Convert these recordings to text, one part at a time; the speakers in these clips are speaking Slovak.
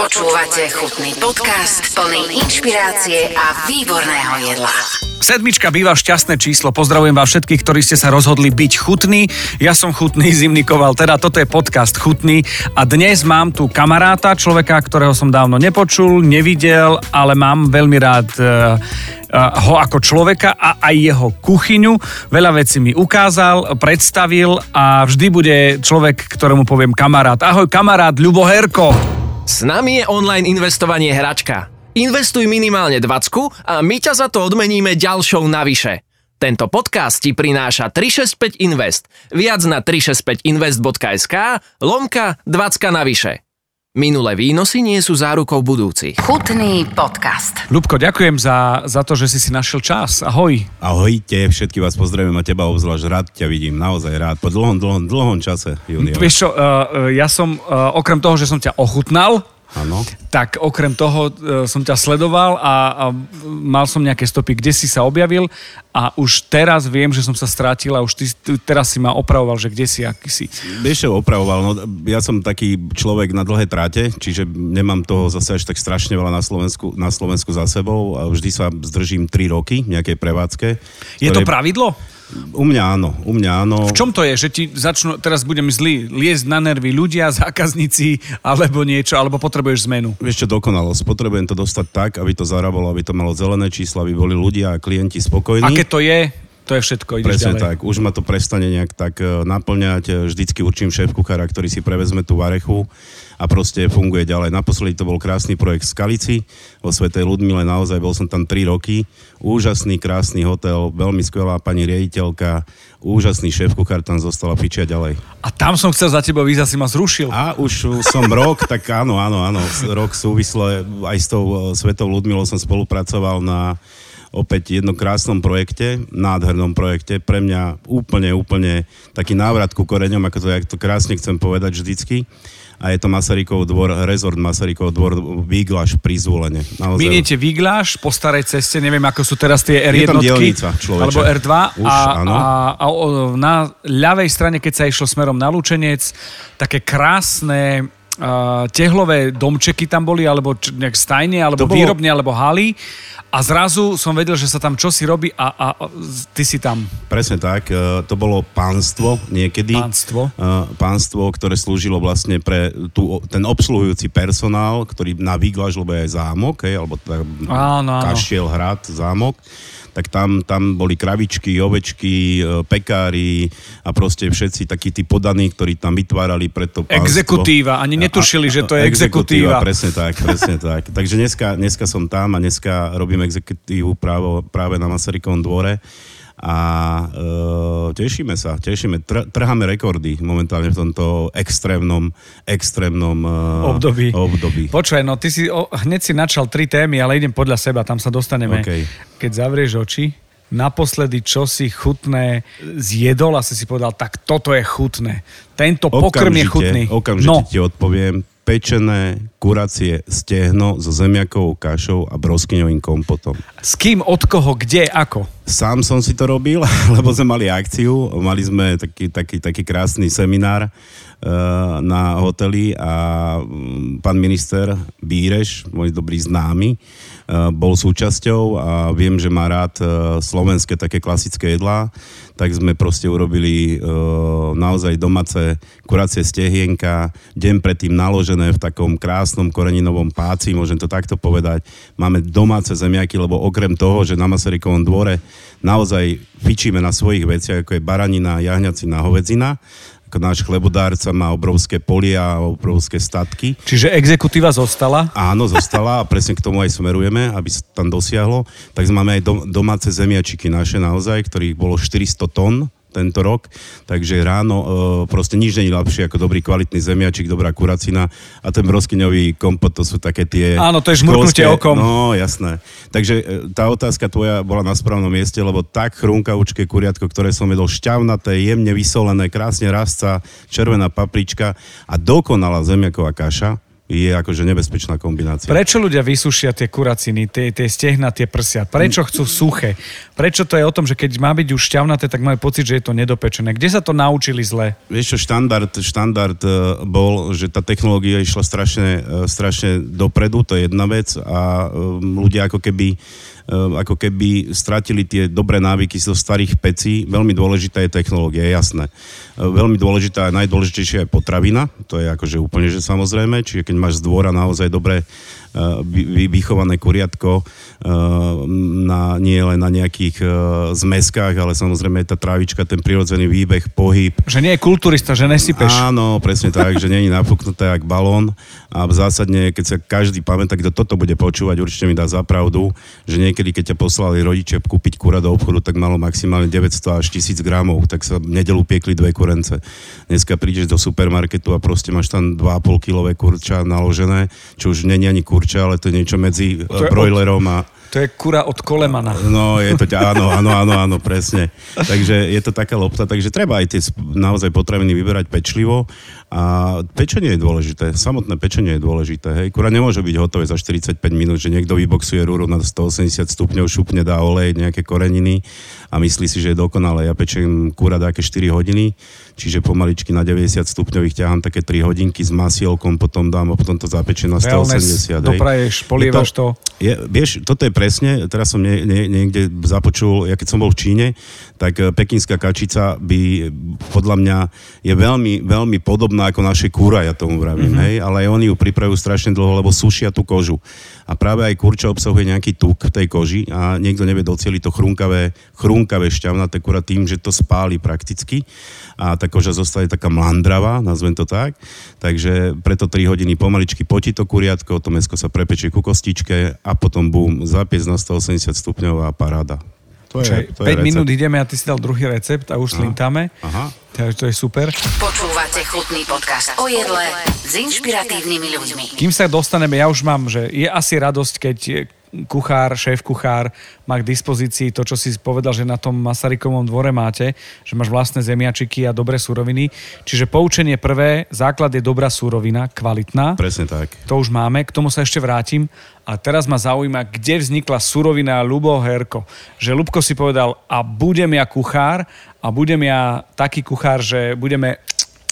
Počúvate chutný podcast plný inšpirácie a výborného jedla. Sedmička býva šťastné číslo. Pozdravujem vás všetkých, ktorí ste sa rozhodli byť chutní. Ja som chutný, Zimný Koval, teda toto je podcast Chutný a dnes mám tu kamaráta, človeka, ktorého som dávno nepočul, nevidel, ale mám veľmi rád ho ako človeka a aj jeho kuchyňu. Veľa vecí mi ukázal, predstavil a vždy bude človek, ktorému poviem kamarát. Ahoj kamarát, Ľubo Herko. S nami je online investovanie Hračka. Investuj minimálne 20 a my ťa za to odmeníme ďalšou navyše. Tento podcast ti prináša 365 Invest. Viac na 365invest.sk/20 navyše. Minulé výnosy nie sú zárukou budúcich. Chutný podcast. Ľubko, ďakujem za to, že si našiel čas. Ahoj. Ahojte, všetky vás pozdravujem a teba obzvlášť rád ťa vidím, naozaj rád. Po dlhom čase, Junior. Vieš čo, ja som, okrem toho, že som ťa ochutnal, áno. Tak okrem toho som ťa sledoval a mal som nejaké stopy, kde si sa objavil a už teraz viem, že som sa strátil a už ty teraz si ma opravoval, že kde si, aký si. Vieš čo opravoval, no ja som taký človek na dlhé tráte, čiže nemám toho zase až tak strašne veľa na Slovensku za sebou a vždy sa zdržím 3 roky v nejakej prevádzke. Je to pravidlo? U mňa áno. V čom to je, že ti začnú, teraz budem zlý, liezť na nervy ľudia, zákazníci, alebo niečo, alebo potrebuješ zmenu? Vieš čo, dokonalosť. Potrebujem to dostať tak, aby to zarábalo, aby to malo zelené čísla, aby boli ľudia a klienti spokojní. Aké to je? To je všetko, ideš presne ďalej. Tak, už ma to prestane nejak tak naplňať, vždycky určím šéf-kuchára, ktorý si prevezme tú varechu a proste funguje ďalej. Naposledy to bol krásny projekt v Skalici, vo Svätej Ľudmile, naozaj bol som tam 3 roky, úžasný, krásny hotel, veľmi skvelá pani riaditeľka, úžasný šéf-kuchár tam zostal a fičia ďalej. A tam som chcel za tebou ísť, asi ma zrušil. A už som rok, tak áno, rok súvisle aj s tou Svätou Ľudmilou som spolupracoval na opäť jednom krásnom projekte, nádhernom projekte, pre mňa úplne taký návrat ku koreňom, ako to krásne chcem povedať vždycky. A je to Masarykov dvor, rezort Masarykov dvor Výglaš pri Zvolene. Miniete Výglaš po starej ceste, neviem, ako sú teraz tie R1, je tam dielnica, človeče. Alebo R2 už, a na ľavej strane, keď sa išlo smerom na Lučenec, také krásne tehlové domčeky tam boli, alebo nejak stajne, alebo výrobne, alebo haly. A zrazu som vedel, že sa tam čosi robí a ty si tam. Presne tak, to bolo pánstvo niekedy. Pánstvo, ktoré slúžilo vlastne pre ten obsluhujúci personál, ktorý na Výglaš, lebo je aj zámok, alebo kaštiel, hrad, zámok. Tak tam boli kravičky, ovečky, pekári a proste všetci takí tí podaní, ktorí tam vytvárali pre to pánstvo. Exekutíva, ani netušili, že to je exekutíva. Presne tak. Takže dneska som tam a dneska robím exekutívu práve na Masarykovom dvore. A tešíme, trháme rekordy momentálne v tomto extrémnom období. Počúvaj, no ty si hneď si načal 3 témy, ale idem podľa seba, tam sa dostaneme. Okay. Keď zavrieš oči, naposledy čo si chutné zjedol a si povedal, tak toto je chutné. Tento pokrm je chutný. Okamžite ti odpoviem. Pečené kuracie stehno so zemiakovou kašou a broskyňovým kompotom. S kým, od koho, kde, ako? Sám som si to robil, lebo sme mali akciu. Mali sme taký krásny seminár na hoteli a pán minister Bíreš, môj dobrý známy, bol súčasťou a viem, že má rád slovenské také klasické jedlá, tak sme proste urobili naozaj domáce kuracie stehienka, deň predtým naložené v takom krásnom koreninovom páci, môžem to takto povedať. Máme domáce zemiaky, lebo okrem toho, že na Masarykovom dvore naozaj fičíme na svojich veciach, ako je baranina, jahňacina, hovedzina, ako náš chlebodárca má obrovské polia a obrovské statky. Čiže exekutíva zostala? Áno, zostala a presne k tomu aj smerujeme, aby sa tam dosiahlo. Tak máme aj domáce zemiačiky naše naozaj, ktorých bolo 400 tón tento rok, takže ráno proste nič nie je lepšie ako dobrý kvalitný zemiačik, dobrá kuracina a ten broskyňový kompot, to sú také tie... Áno, to je žmurknutie okom. No, jasné. Takže tá otázka tvoja bola na správnom mieste, lebo tak chrúnkavúčké kuriatko, ktoré som jedol, šťavnaté, jemne vysolené, krásne rastca, červená paprička a dokonalá zemiaková kaša. je akože nebezpečná kombinácia. Prečo ľudia vysušia tie kuraciny, tie stehna, tie prsia? Prečo chcú suché? Prečo to je o tom, že keď má byť už šťavnaté, tak majú pocit, že je to nedopečené? Kde sa to naučili zle? Vieš čo, štandard bol, že tá technológia išla strašne dopredu, to je jedna vec a ľudia ako keby stratili tie dobré návyky zo starých pecí. Veľmi dôležitá je technológia, je jasné. Veľmi dôležitá a najdôležitejšia je potravina, to je akože úplne že samozrejme, čiže keď máš z dvora naozaj dobre vychované kuriatko, nie len na nejakých zmeskách, ale samozrejme tá trávička, ten prirodzený výbeh, pohyb. Že nie je kulturista, že nesypeš. Áno, presne tak, že nie je napuknuté jak balón a zásadne, keď sa každý pamätá, kto toto bude počúvať, určite mi dá za pravdu, že niekedy, keď ťa poslali rodičia kúpiť kura do obchodu, tak malo maximálne 900 až 1000 gramov, tak sa v nedeľu piekli 2 kurence. Dneska prídeš do supermarketu a proste máš tam 2,5 kilové kurča naložené, čo už nie je ani kurča, ale to je niečo medzi brojlerom a... To je kura od Kolemana. No, je to, áno, presne. Takže je to taká lopta, takže treba aj tie naozaj potraviny vyberať pečlivo a pečenie je dôležité, samotné pečenie je dôležité, hej. Kura nemôže byť hotové za 45 minút, že niekto vyboxuje rúru na 180 stupňov, šupne, dá olej, nejaké koreniny a myslí si, že je dokonalé. Ja pečiem kura také 4 hodiny, čiže pomaličky na 90 stupňov ich ťahám také 3 hodinky s masielkom, potom dám a potom to zapečiem na 180. Dopraješ, polievaš to. Vieš, toto je presne, teraz som niekde započul, ja keď som bol v Číne, tak pekinská kačica by podľa mňa je veľmi, veľmi podobná ako naše kúra, ja tomu vravím, hej, ale oni ju pripravujú strašne dlho, lebo sušia tú kožu. A práve aj kurča obsahuje nejaký tuk v tej koži a niekto nevie docieliť to chrúnkavé šťavnaté kura tým, že to spáli prakticky a tá koža zostane taká mlandravá, nazvem to tak. Takže preto 3 hodiny pomaličky potí to kuriatko, to mäsko sa prepečie ku kostičke a potom bum, zapiec na 180 stupňov a paráda. To je 5 minút ideme a ty si dal druhý recept a už slintame. Aha. Takže to je super. Počúvate chutný podcast o jedle s inšpiratívnymi ľuďmi. Kým sa dostaneme, ja už mám, že je asi radosť, keď kuchár, šéf-kuchár má k dispozícii to, čo si povedal, že na tom Masarykovom dvore máte, že máš vlastné zemiačiky a dobré suroviny. Čiže poučenie prvé, základ je dobrá surovina, kvalitná. Presne tak. To už máme, k tomu sa ešte vrátim. A teraz ma zaujíma, kde vznikla surovina Ľubo Herko. Že Ľubko si povedal, a budem ja kuchár a budem ja taký kuchár, že budeme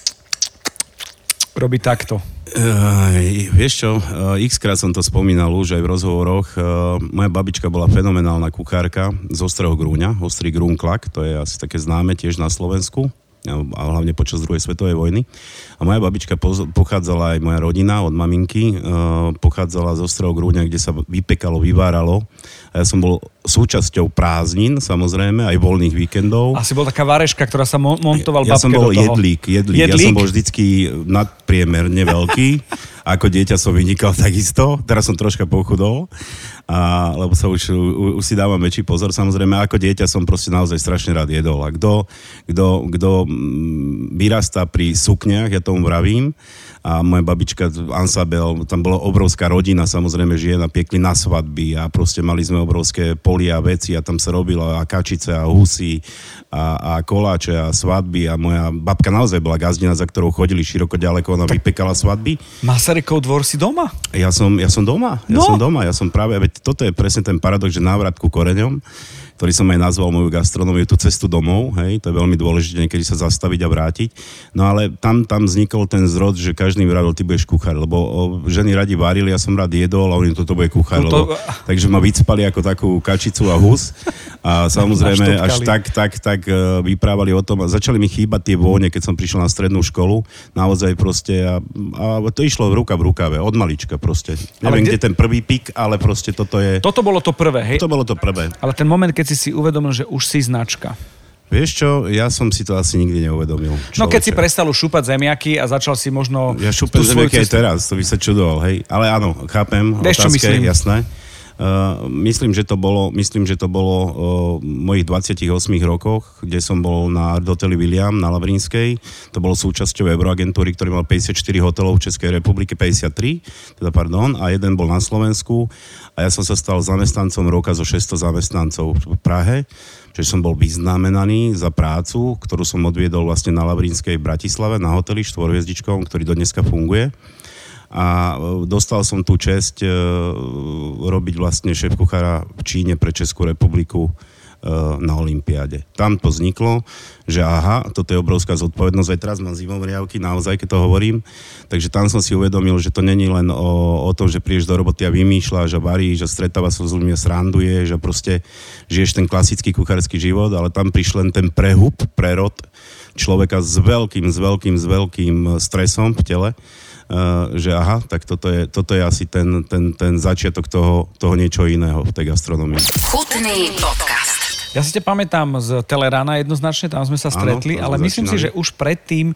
robiť takto. Vieš čo, x-krát som to spomínal už aj v rozhovoroch. Moja babička bola fenomenálna kuchárka z Ostrého Grúňa, Ostrý Grún Klak, to je asi také známe tiež na Slovensku a hlavne počas druhej svetovej vojny. A moja babička pochádzala aj moja rodina od maminky, pochádzala z Ostrého Grúňa, kde sa vypekalo, vyváralo. A ja som bol súčasťou prázdnin, samozrejme, aj voľných víkendov. Asi bol taká vareška, ktorá sa montoval babke do toho. Ja som bol jedlík. Ja som bol vždycky nadpriemerne veľký. Ako dieťa som vynikal takisto. Teraz som troška pochudol, lebo sa už si dávam väčší pozor. Samozrejme, ako dieťa som proste naozaj strašne rád jedol. A kto vyrastá pri sukniach, ja tomu vravím, a moja babička Ansabel, tam bola obrovská rodina, samozrejme žien a piekli na svadby a proste mali sme obrovské polia a veci a tam sa robilo a kačice a husy a koláče a svadby a moja babka naozaj bola gazdina, za ktorou chodili široko ďaleko, ona vypekala svadby. Masarykov dvor si doma? Ja som doma, ja som práve, veď toto je presne ten paradox, že návrat ku koreňom, ktorý som aj nazval moju gastronómiu, tú cestu domov, hej, to je veľmi dôležité niekedy sa zastaviť a vrátiť. No ale tam vznikol ten zrod, že každý mi vravil, ty budeš kuchár, lebo ženy radi varili, ja som rád jedol a oni toto bude kuchár, takže ma vycpali ako takú kačicu a hus a samozrejme až tak vyprávali o tom a začali mi chýbať tie vône, keď som prišiel na strednú školu, naozaj proste a to išlo ruka v rukave, od malička proste. Neviem, kde ten prvý pik, ale proste toto je... Toto bolo to prvé, hej? To bolo to prvé. Ale ten moment, keď si uvedomil, že už si značka. Vieš čo, ja som si to asi nikdy neuvedomil. Človeče. No keď si prestal už šúpať zemiaky a začal si možno... Ja šúpem zemiaky aj teraz, to by sa čudoval, hej. Ale áno, chápem, otázke, jasné. Myslím, že to bolo v mojich 28 rokoch, kde som bol na hoteli William na Lavrinskej. To bolo súčasťou Euroagentúry, ktorý mal 54 hotelov v Českej republike, 53, a jeden bol na Slovensku. A ja som sa stal zamestnancom roka zo 600 zamestnancov v Prahe. Čiže som bol vyznamenaný za prácu, ktorú som odviedol vlastne na Lavrinskej v Bratislave, na hoteli 4-hviezdičkovom, ktorý do dneska funguje. a dostal som tú česť robiť vlastne šéfkuchára v Číne pre Českú republiku na olympiáde. Tam to vzniklo, že toto je obrovská zodpovednosť, aj teraz mám zimomriavky, naozaj, keď to hovorím, takže tam som si uvedomil, že to není len o tom, že prídeš do roboty a vymýšľaš a varíš a stretávaš sa s ľuďmi a sranduješ a proste žiješ ten klasický kuchársky život, ale tam prišiel len ten prerod človeka s veľkým stresom v tele, že tak toto je asi ten začiatok toho niečo iného v tej gastronomii. Chutný podcast. Ja si ťa pamätám z Telerána jednoznačne, tam sme sa stretli, ale myslím si, že už predtým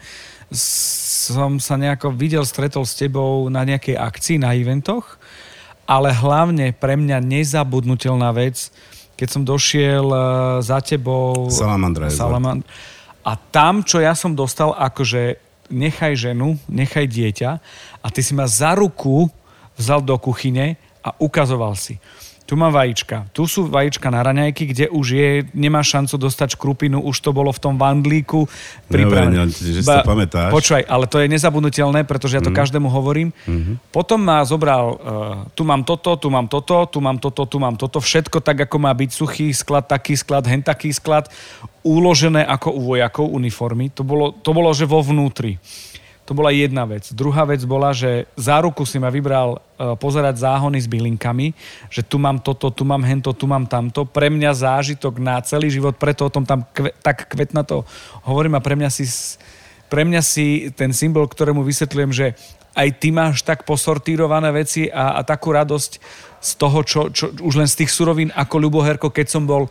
som sa nejako stretol s tebou na nejakej akcii, na eventoch, ale hlavne pre mňa nezabudnutelná vec, keď som došiel za tebou... Salamandra. A tam, čo ja som dostal, akože nechaj ženu, nechaj dieťa a ty si ma za ruku vzal do kuchyne a ukazoval si. Tu mám vajíčka. Tu sú vajíčka na raňajky, kde už nemá šancu dostať škrupinu, už to bolo v tom vandlíku pripravené. Že si to pamätáš. Počúvaj, ale to je nezabudnutelné, pretože ja to každému hovorím. Potom ma zobral, tu mám toto, tu mám toto, tu mám toto, tu mám toto. Všetko tak, ako má byť, suchý sklad, taký sklad, hen taký sklad, uložené ako u vojakov uniformy. To bolo, že vo vnútri. To bola jedna vec. Druhá vec bola, že za ruku si ma vybral pozerať záhony s bylinkami, že tu mám toto, tu mám hento, tu mám tamto. Pre mňa zážitok na celý život, preto o tom tam tak kvetnato hovorím a pre mňa si ten symbol, ktorému vysvetľujem, že aj ty máš tak posortírované veci a takú radosť z toho, čo už len z tých surovín ako Ľubo Herko, keď som bol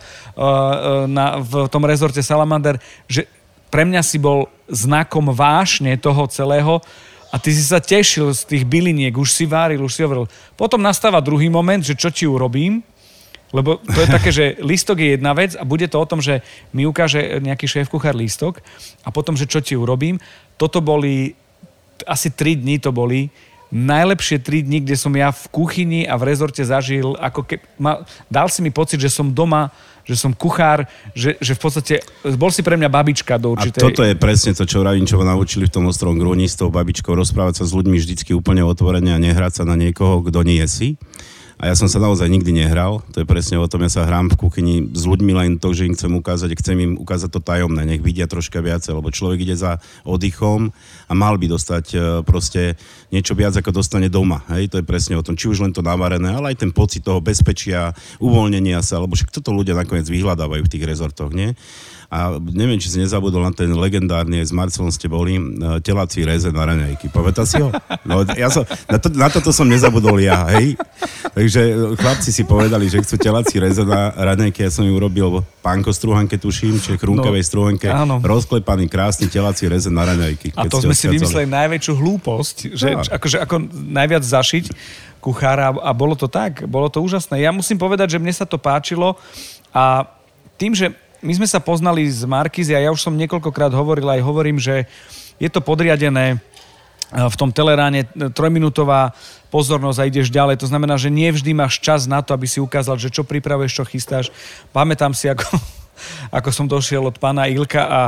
v tom rezorte Salamander, že pre mňa si bol znakom vášne toho celého a ty si sa tešil z tých byliniek, už si váril, už si hovoril. Potom nastáva druhý moment, že čo ti urobím, lebo to je také, že lístok je jedna vec a bude to o tom, že mi ukáže nejaký šéfkuchár lístok a potom, že čo ti urobím. Toto boli, asi 3 dní to boli, najlepšie 3 dní, kde som ja v kuchyni a v rezorte zažil, dal si mi pocit, že som doma, že som kuchár, že v podstate bol si pre mňa babička do určitej... A toto je presne to, čo Ravinčova naučili v tom Ostrovom Grúni s tou babičkou, rozprávať sa s ľuďmi vždycky úplne otvorene a nehrať sa na niekoho, kto nie si. A ja som sa naozaj nikdy nehral, to je presne o tom, ja sa hrám v kuchyni s ľuďmi len to, že im chcem im ukázať to tajomné, nech vidia troška viacej, lebo človek ide za oddychom a mal by dostať proste niečo viac, ako dostane doma, hej, to je presne o tom, či už len to navarené, ale aj ten pocit toho bezpečia, uvoľnenia sa, lebo však toto ľudia nakoniec vyhľadávajú v tých rezortoch, nie? A neviem, či si nezabudol na ten legendárny, s Marcelom ste boli, telací reze na raňajky. Pamätá si ho? No, na toto som nezabudol ja, hej? Takže chlapci si povedali, že chcú telací reze na raňajky, ja som ju urobil pánko strúhanke, tuším, či chrunkavej strúhanke, rozklepaný, krásny telací reze na raňajky. A to sme si vymysleli najväčšiu hlúposť, že ako najviac zašiť kuchára a bolo to tak, bolo to úžasné. Ja musím povedať, že mne sa to páčilo a tým, že my sme sa poznali z Markízy a ja už som niekoľkokrát hovoril, aj hovorím, že je to podriadené v tom Teleráne 3-minútová pozornosť a ideš ďalej. To znamená, že nie vždy máš čas na to, aby si ukázal, že čo pripravuješ, čo chystáš. Pamätám si, ako som došiel od pána Ilka a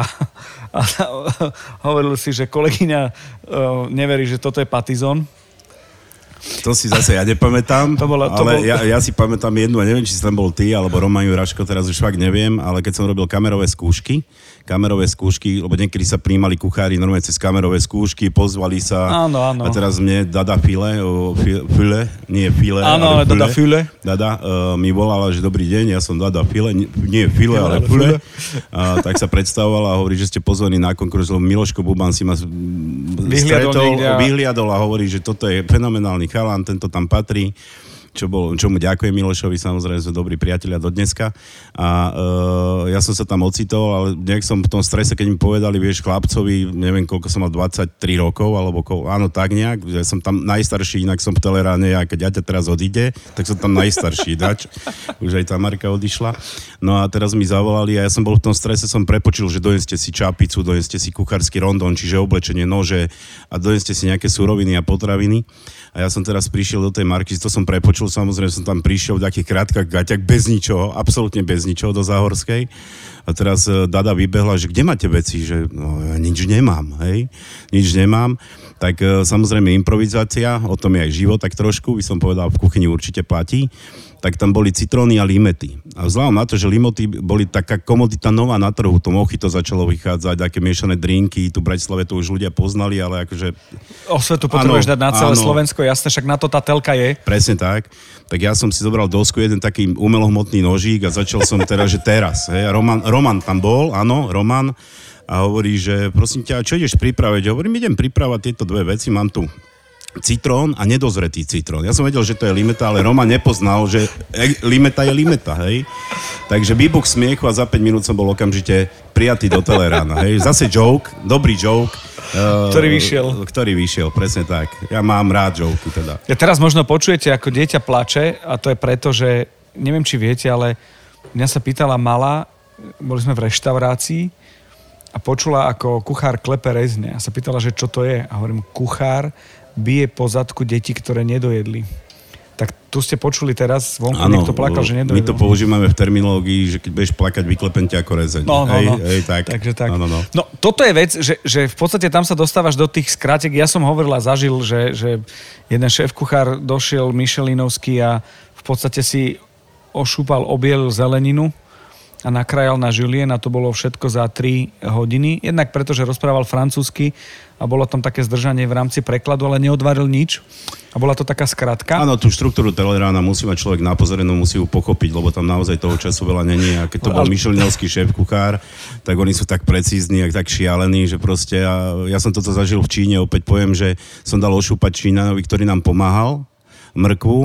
hovoril si, že kolegyňa neverí, že toto je patizón. To si zase ja nepamätám, ale ja si pamätám jednu, a neviem, či si tam bol ty, alebo Roman Juraško, teraz už fakt neviem, ale keď som robil kamerové skúšky, lebo niekedy sa prijímali kuchári normálne cez kamerové skúšky, pozvali sa. Áno. A teraz mne Dada Dada mi volala, že dobrý deň, ja som Dada File, nie File, ale File. Tak sa predstavovala a hovorí, že ste pozvaní na konkurs, lebo Miloško Buban si ma stretol, vyhliadol a hovorí, že toto je fenomenálny chalan, tento tam patrí. Čomu ďakujem Milošovi, samozrejme sme dobrí priatelia do dneska. A ja som sa tam ocitol, ale nejak som v tom strese, keď mi povedali, vieš, chlapcovi, neviem, koľko som mal, 23 rokov, alebo áno, tak nejak, ja som tam najstarší, inak som v Teleráne a keď Jaťa teraz odíde, tak som tam najstarší, už aj tá Marka odišla. No a teraz mi zavolali a ja som bol v tom strese, som prepočil, že doneste si čapicu, doneste si kuchársky rondon, čiže oblečenie, nože a doneste si nejaké suroviny a potraviny. A ja som teraz prišiel do tej Marky, to som prepočul, došlo, samozrejme som tam prišiel v takých krátkach gaťach bez ničoho, absolútne bez ničoho do Záhorskej. A teraz Dada vybehla, že kde máte veci? Že no, ja nič nemám, hej? Nič nemám. Tak samozrejme improvizácia, o tom je aj život, tak trošku, by som povedal, v kuchyni určite platí. Tak tam boli citróny a limety. A vzhľadom na to, že limety boli taká komodita nová na trhu, to mojito začalo vychádzať, také miešané drinky, tu v Bratislave to už ľudia poznali, ale akože... Osvetu potrebuješ dať na celé Slovensko, jasne, však na to tá telka je. Presne tak. Tak ja som si zobral dosku, jeden taký umelohmotný nožík a začal som teraz, že teraz. Hej. A Roman tam bol, áno, Roman. A hovorí, že prosím ťa, čo ideš pripraviť? Hovorím, idem pripravať tieto dve veci, mám tu citrón a nedozretý citrón. Ja som vedel, že to je limeta, ale Roman nepoznal, že limeta je limeta, hej. Takže výbuch smiechu a za 5 minút som bol okamžite prijatý do Telerána, hej. Zase joke, dobrý joke. Ktorý vyšiel, presne tak. Ja mám rád joky teda. Ja teraz možno počujete, ako dieťa plače a to je preto, že neviem, či viete, ale mňa sa pýtala malá, boli sme v reštaurácii a počula, ako kuchár klepe rezne a sa pýtala, že čo to je. A hovorím, kuchár bije po zadku deti, ktoré nedojedli. Tak tu ste počuli teraz zvonku, niekto plakal, že nedojedol. My to používame v terminológii, že keď budeš plakať, vyklepem ťa ako rezeň. No. Hej, tak. Takže tak. No. No, toto je vec, že v podstate tam sa dostávaš do tých skrátek. Ja som hovoril a zažil, že jeden šéf-kuchár došiel Michelinovský a v podstate si ošúpal, obielil zeleninu a nakrajal na žulien a to bolo všetko za 3 hodiny. Jednak preto, že rozprával francúzsky a bolo tam také zdržanie v rámci prekladu, ale neodvaril nič. A bola to taká skratka. Áno, tú štruktúru Telerána musí mať človek napozorenú, musí ju pochopiť, lebo tam naozaj toho času veľa není. A keď to bol Michelinovský šéf-kuchár, tak oni sú tak precízni a tak šialení, že proste... Ja som toto zažil v Číne, opäť poviem, že som dal ošúpať Číňanovi, ktorý nám pomáhal, mrkvu,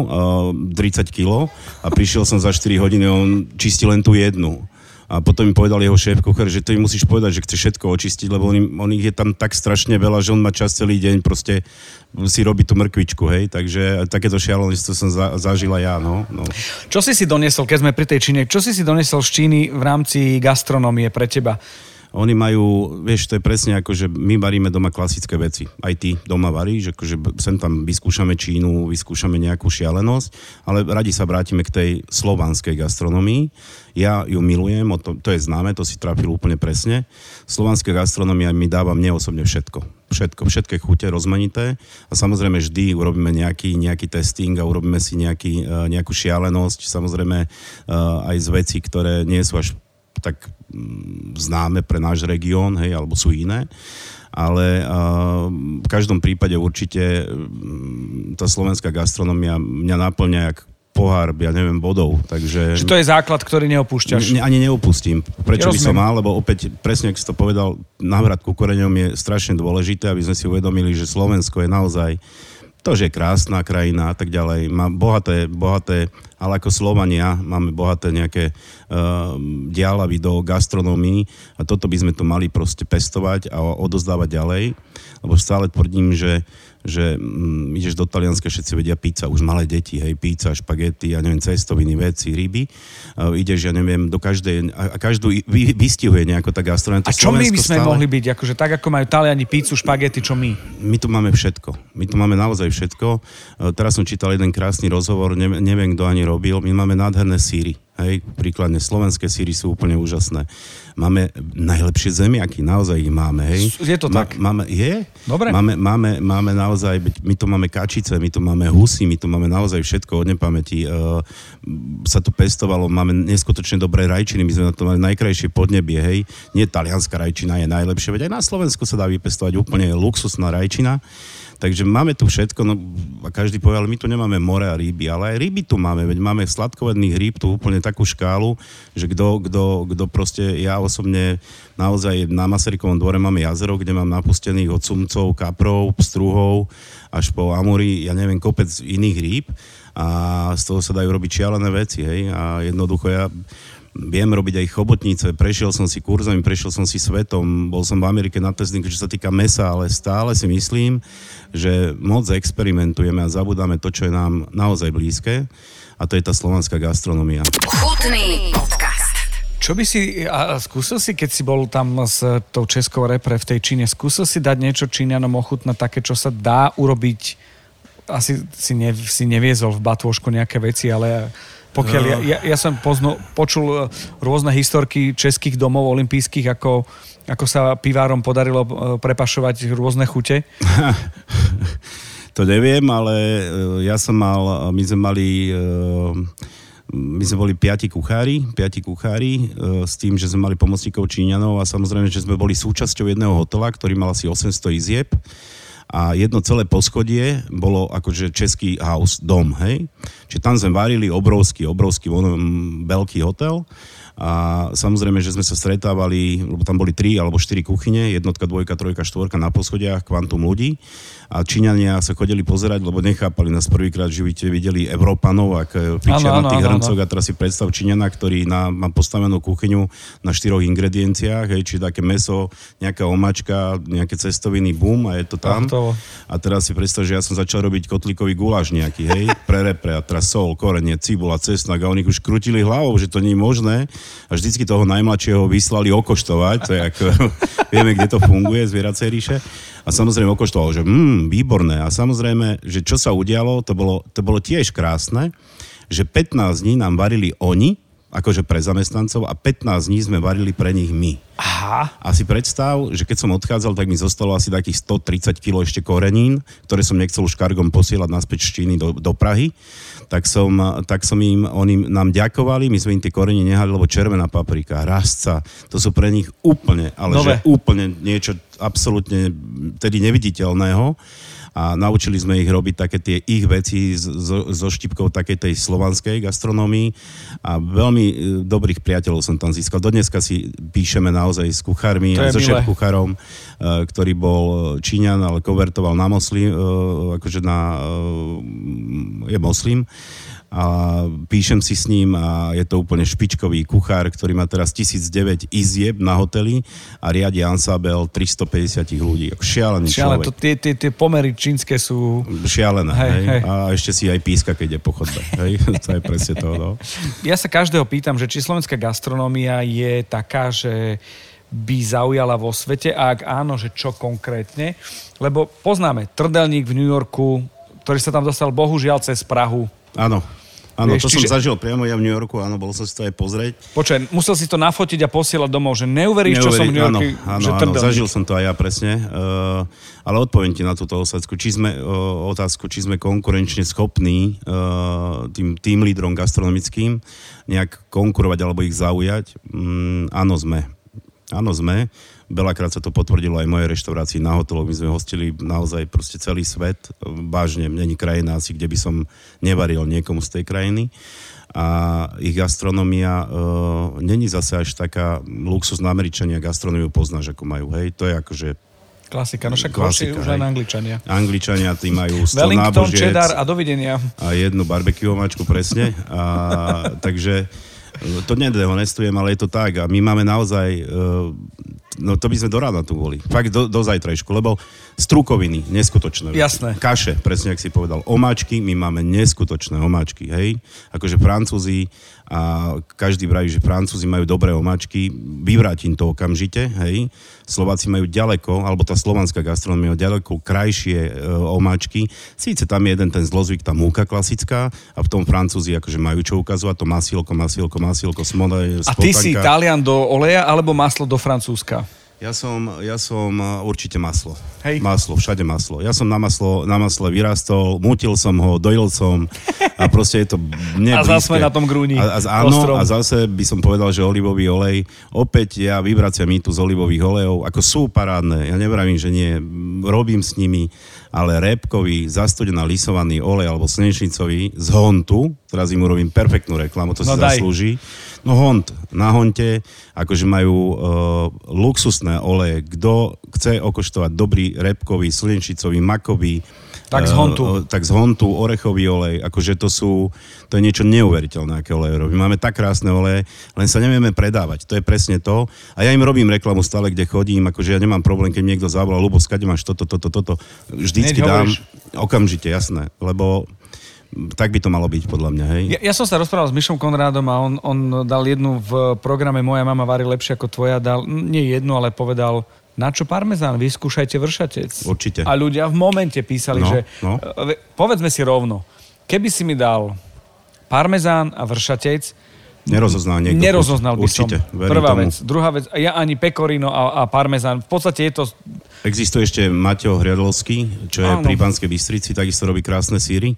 30 kg a prišiel som za 4 hodiny, on čistil len tú jednu. A potom mi povedal jeho šéf-kuchár, že to im musíš povedať, že chce všetko očistiť, lebo on ich je tam tak strašne veľa, že on má čas celý deň proste si robí tú mrkvičku, hej. Takže takéto šialenstvo som zažila ja, no. Čo si doniesol, keď sme pri tej Číne, čo si doniesol z Číny v rámci gastronómie pre teba? Oni majú, vieš, to je presne ako, že my varíme doma klasické veci. Aj ty doma varíš, akože sem tam vyskúšame Čínu, vyskúšame nejakú šialenosť, ale radi sa vrátime k tej slovanskej gastronomii. Ja ju milujem, to je známe, to si trafil úplne presne. Slovanská gastronomia mi dáva mne osobne všetké chute rozmanité a samozrejme vždy urobíme nejaký testing a urobíme si nejakú šialenosť, samozrejme aj z vecí, ktoré nie sú až tak známe pre náš región, hej, alebo sú iné. Ale v každom prípade určite tá slovenská gastronomia mňa naplňa jak pohár, ja neviem, vodou. Takže... Čiže to je základ, ktorý neopúšťaš? Ani neopustím. Prečo by som mal? Lebo opäť, presne, ak si to povedal, návrat ku koreňom je strašne dôležité, aby sme si uvedomili, že Slovensko je naozaj to, že je krásna krajina a tak ďalej. Má bohaté, ale ako Slovania máme bohaté nejaké dialavy do gastronomii a toto by sme tu mali proste pestovať a odozdávať ďalej, lebo stále tvrdím, že ideš do Talianska, všetci vedia pizza, už malé deti, hej, pizza, špagety, ja neviem, cestoviny, veci, ryby. Ideš, ja neviem, do každej, a každú vystihuje nejako tá gastronomia. A čo my by sme mohli byť? Akože tak, ako majú Taliani pizzu, špagety, čo my? My tu máme všetko. My tu máme naozaj všetko. Teraz som čítal jeden krásny rozhovor, neviem, kto ani robil. My máme nádherné síry. Hej, príkladne, slovenské síry sú úplne úžasné. Máme najlepšie zemiaky, naozaj ich máme, hej. Je to tak? Je? Dobre. Máme naozaj, my tu máme kačice, my tu máme husy, my tu máme naozaj všetko od nepamäti. Sa tu pestovalo, máme neskutočne dobré rajčiny, my sme na to mali najkrajšie podnebie, hej. Nie talianská rajčina je najlepšia, veď aj na Slovensku sa dá vypestovať úplne luxusná rajčina. Takže máme tu všetko, no a každý povie, ale my tu nemáme more a ryby, ale aj ryby tu máme, veď máme sladkovodných rýb tu úplne takú škálu, že kto proste, ja osobne naozaj na Masarykovom dvore máme jazero, kde mám napustených od sumcov, kaprov, pstruhov, až po amúry, ja neviem, kopec iných rýb a z toho sa dajú robiť šialené veci, hej, a jednoducho ja viem robiť aj chobotnice, prešiel som si kurzami, prešiel som si svetom, bol som v Amerike na testingu, čo sa týka mäsa, ale stále si myslím, že moc experimentujeme a zabudáme to, čo je nám naozaj blízke a to je tá slovanská gastronomia. Chutný podcast. Čo by si, a skúsil si, keď si bol tam s tou českou repre v tej Číne, skúsil si dať niečo Číňanom ochutnať také, čo sa dá urobiť asi si neviezol v batôžku nejaké veci, ale pokiaľ ja som počul rôzne historky českých domov olympijských, ako sa pivárom podarilo prepašovať rôzne chute. To neviem, ale my sme boli 5 kuchári s tým, že sme mali pomocníkov Číňanov a samozrejme, že sme boli súčasťou jedného hotela, ktorý mal asi 800 izieb a jedno celé poschodie bolo akože český house, dom, hej. Čiže tam sme varili obrovský veľký hotel a samozrejme, že sme sa stretávali, lebo tam boli 3 alebo 4 kuchyne, 1, 2, 3, 4 na poschodiach, kvantum ľudí. A Číňania sa chodili pozerať, lebo nechápali nás prvýkrát v živote, videli Európanov, ak pičia na tých hrncoch a teraz si predstav Číňana, ktorý má postavenú kuchyňu na 4 ingredienciách, hej, či také mäso, nejaká omačka, nejaké cestoviny, bum a je to tam. A teraz si predstav, že ja som začal robiť kotlíkový guláš nejaký, hej, pre repre a teraz sol, korenie, cibula, cesnak a oni už krutili hlavou, že to nie je možné a vždycky toho najmladšieho vyslali okoštovať, to je ako, vieme, kde to funguje, zvieracej ríše. A samozrejme okoštoval, že výborné. A samozrejme, že čo sa udialo, to bolo tiež krásne, že 15 dní nám varili oni, akože pre zamestnancov, a 15 dní sme varili pre nich my. Aha. A si predstav, že keď som odchádzal, tak mi zostalo asi takých 130 kg ešte korenín, ktoré som nechcel už kargom posielať naspäť z Číny do Prahy. Tak oni nám ďakovali, my sme im tie korenie nehali, lebo červená paprika, rastca, to sú pre nich úplne, ale že úplne niečo absolútne tedy neviditeľného. A naučili sme ich robiť také tie ich veci so štipkou takej tej slovanskej gastronómii a veľmi dobrých priateľov som tam získal. Dodneska si píšeme naozaj s kuchármi a so šéf-kuchárom, ktorý bol Číňan, ale konvertoval na moslim, akože je moslim. A píšem si s ním a je to úplne špičkový kuchár, ktorý má teraz 1009 izieb na hoteli a riadi ansábel 350 ľudí. Šialený človek. Tie pomery čínske sú... Šialené, hej. A ešte si aj píska, keď je po chodbe. Hej. To je presne to, no. Ja sa každého pýtam, že či slovenská gastronómia je taká, že by zaujala vo svete a ak áno, že čo konkrétne? Lebo poznáme trdelník v New Yorku, ktorý sa tam dostal bohužiaľ cez Prahu. Áno. Áno, to som zažil priamo ja v New Yorku, áno, bol som si to aj pozrieť. Počkaj, musel si to nafotiť a posielať domov, že neuveríš, čo som v New Yorku. Áno, zažil som to aj ja presne, ale odpoviem ti na túto otázku, či sme konkurenčne schopní tým lídrom gastronomickým nejak konkurovať alebo ich zaujať. Áno, sme. Veľakrát sa to potvrdilo aj v mojej reštaurácii na hoteloch. My sme hostili naozaj proste celý svet. Vážne, není krajina asi, kde by som nevaril niekomu z tej krajiny. A ich gastronomia není zase až taká luxusná. Američania gastronómiu poznáš, ako majú. Hej, to je akože... Klasika, no však už aj Angličania. Angličania, tí majú 100 Wellington, nábožiec. cheddar a dovidenia. A jednu barbecue omáčku, presne. Takže to nedehonestujem, ale je to tak. A my máme naozaj... No to by sme do rána tu boli. Fakt do zajtrajšku, lebo strukoviny, neskutočné. Jasné. Kaše, presne, jak si povedal. Omáčky, my máme neskutočné omáčky, hej. Akože Francúzi a každý vraví, že Francúzi majú dobré omáčky. Vyvrátim to okamžite, hej. Slováci majú ďaleko, alebo tá slovanská gastronomia majú ďaleko krajšie omáčky. Síce tam je jeden ten zlozvyk, tá múka klasická a v tom Francúzi akože majú čo ukazovať, to masílko, smoda, spotanka. A ty si Talian do oleja alebo maslo do francúzska? Ja som určite maslo. Hej. Maslo, všade maslo. Ja som na masle vyrastol, mútil som ho, dojil som a proste je to mne blízke. A zase na tom grúni. Áno, a zase by som povedal, že olivový olej, opäť ja vyvraciam mýtu z olivových olejov, ako sú parádne, ja nevravím, že nie, robím s nimi, ale répkový, zastudená lisovaný olej alebo slnečnicový z Hontu, teraz im urobím perfektnú reklamu, to si zaslúži. No Hont, na Honte, akože majú luxusné oleje. Kto chce okoštovať dobrý repkový, slnečnicový, makový, tak z Hontu, orechový olej, akože to je niečo neuveriteľné, aké oleje robí. Máme tak krásne oleje, len sa nevieme predávať. To je presne to. A ja im robím reklamu stále, kde chodím, akože ja nemám problém, keď niekto zavolá, Ľubo, skade máš toto. Vždycky dám okamžite, jasné, lebo tak by to malo byť, podľa mňa, hej. Ja som sa rozprával s Mišom Konrádom a on dal jednu v programe Moja mama varí lepšie ako tvoja, dal nie jednu, ale povedal na čo parmezán, vyskúšajte vršatec. Určite. A ľudia v momente písali, že povedzme si rovno, keby si mi dal parmezán a vršatec, nerozoznal by som. Prvá vec. Druhá vec, ja ani pecorino a parmezán. V podstate je to... Existuje ešte Mateo Hriadlovský, čo je pri Banskej Bystrici, takisto robí krásne síry.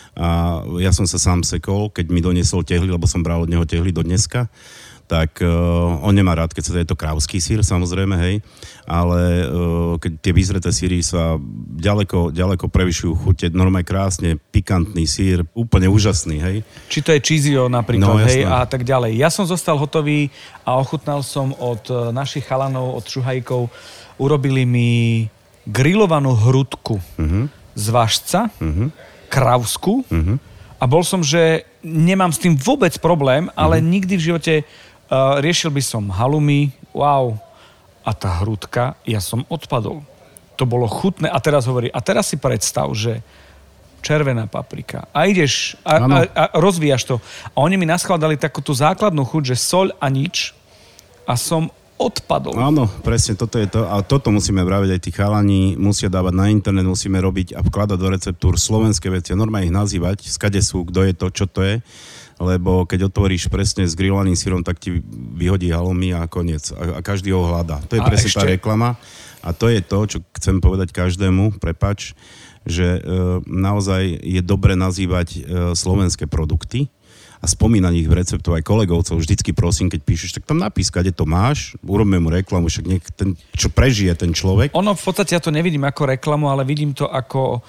A ja som sa sám sekol, keď mi doniesol tehly, lebo som bral od neho tehly do dneska. Tak on nemá rád, keď sa je to krávský sír, samozrejme, hej, ale keď tie vyzreté síry sa ďaleko prevyšujú chute, normálne krásne, pikantný sír, úplne úžasný, hej. Či to je čizio napríklad, hej, a tak ďalej. Ja som zostal hotový a ochutnal som od našich chalanov, od šuhajkov, urobili mi grillovanú hrudku z vašca, krávsku, a bol som, že nemám s tým vôbec problém, ale nikdy v živote riešil by som halumi, wow, a tá hrudka, ja som odpadol. To bolo chutné a teraz hovorí, a teraz si predstav, že červená paprika a ideš a rozvíjaš to. A oni mi naskladali takú tú základnú chuť, že soľ a nič a som odpadol. Áno, presne, toto je to. A toto musíme vraviť aj tí chalani, musia dávať na internet, musíme robiť a vkladať do receptúr slovenské veci a normálne ich nazývať, skade sú, kto je to, čo to je. Lebo keď otvoríš presne s grillovaným syrom, tak ti vyhodí halloumi a koniec. A každý ho hľadá. To je presne tá reklama. A to je to, čo chcem povedať každému, prepáč, že naozaj je dobre nazývať slovenské produkty a spomínať ich v receptu aj kolegovcov. Vždycky prosím, keď píšeš, tak tam napíš, kde to máš, urobíme mu reklamu, však čo prežije ten človek. Ono v podstate ja to nevidím ako reklamu, ale vidím to ako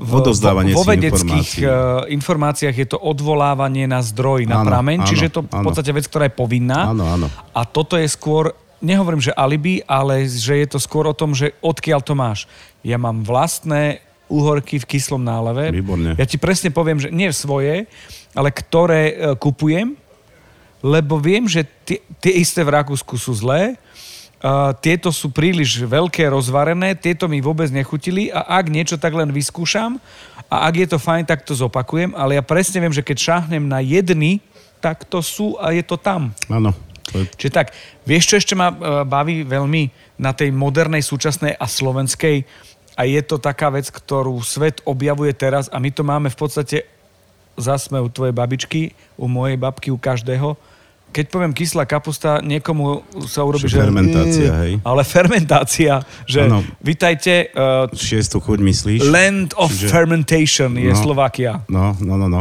vo vedeckých informáciách je to odvolávanie na zdroj, na prameň, čiže je to v podstate vec, ktorá je povinná. Áno. A toto je skôr, nehovorím, že alibi, ale že je to skôr o tom, že odkiaľ to máš. Ja mám vlastné úhorky v kyslom náleve. Výborne. Ja ti presne poviem, že nie svoje, ale ktoré kupujem, lebo viem, že tie isté v Rakúsku sú zlé, tieto sú príliš veľké, rozvarené, tieto mi vôbec nechutili a ak niečo, tak len vyskúšam a ak je to fajn, tak to zopakujem, ale ja presne viem, že keď šáhnem na jedny, tak to sú a je to tam. Áno. Čiže tak, vieš, čo ešte ma baví veľmi na tej modernej, súčasnej a slovenskej a je to taká vec, ktorú svet objavuje teraz a my to máme v podstate zasme u tvojej babičky, u mojej babky, u každého. Keď poviem kyslá kapusta, niekomu sa urobí, že... Fermentácia, hej. Ale fermentácia, že vitajte... Šiestu chuť myslíš? Land of fermentation je Slovakia. No.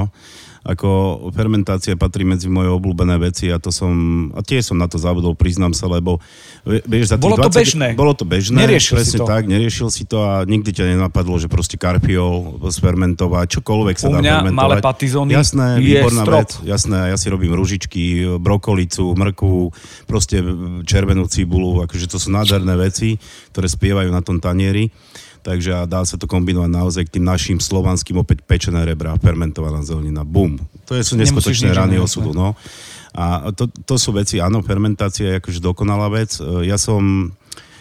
Ako fermentácia patrí medzi moje obľúbené veci a tiež som na to zabudol, priznám sa, lebo vieš, za tých 20... Bolo to bežné. Neriešil si to. Tak, neriešil si to a nikdy ťa nenapadlo, že proste karpiol sfermentovať, čokoľvek sa dá fermentovať. U mňa malé patizóny jasné, výborná vec. Jasné, ja si robím ružičky, brokolicu, mrkvu, proste červenú cibulu, akože to sú nádherné veci, ktoré spievajú na tom tanieri. Takže dá sa to kombinovať naozaj k tým našim slovanským opäť pečené rebra, fermentovaná zelenina. Bum. To sú neskutočné rany osudu. No. A to sú veci, áno, fermentácia je akože dokonalá vec. Ja som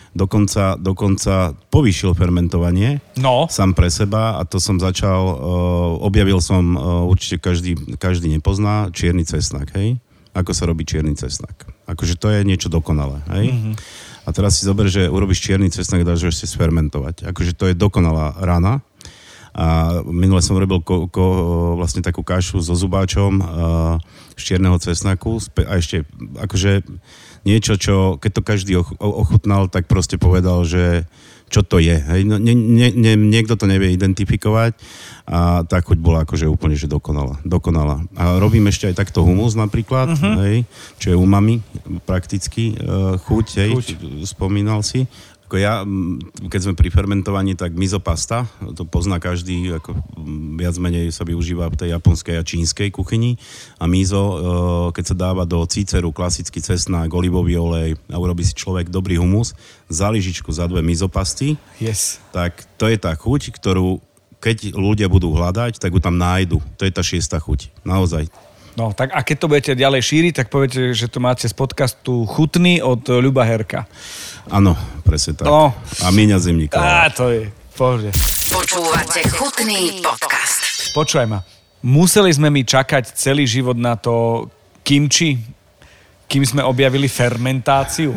dokonca povýšil fermentovanie sám pre seba a to som začal, objavil som, určite každý nepozná, čierny cesnak, hej? Ako sa robí čierny cesnak. Akože to je niečo dokonalé, hej? Mm-hmm. A teraz si zober, že urobíš čierny cesnak a dáš ho ešte sfermentovať. Akože to je dokonalá rana. A minule som robil vlastne takú kašu so zubáčom z čierneho cesnaku a ešte akože niečo, čo keď to každý ochutnal, tak proste povedal, že čo to je. Hej? No, niekto to nevie identifikovať a tá chuť bola akože úplne že dokonalá. A robím ešte aj takto humus napríklad, hej? Čo je umami prakticky chuť, hej? Spomínal si. Ako ja, keď sme pri fermentovaní, tak mizopasta, to pozná každý, ako viac menej sa využíva v tej japonskej a čínskej kuchyni. A mizo, keď sa dáva do cíceru, klasický cesnák, olivový olej a urobí si človek dobrý humus, za lyžičku, za 2 mizopasty, tak to je tá chuť, ktorú keď ľudia budú hľadať, tak ju tam nájdu. To je tá 6. chuť. Naozaj. No, tak a keď to budete ďalej šíriť, tak poviete, že to máte z podcastu Chutný od Ľuba Herka. Áno, presne tak. No. A Míňa Zimníková. To je, pohode. Počúvate Chutný podcast. Počúvaj ma, museli sme mi čakať celý život na to kimči, kým sme objavili fermentáciu?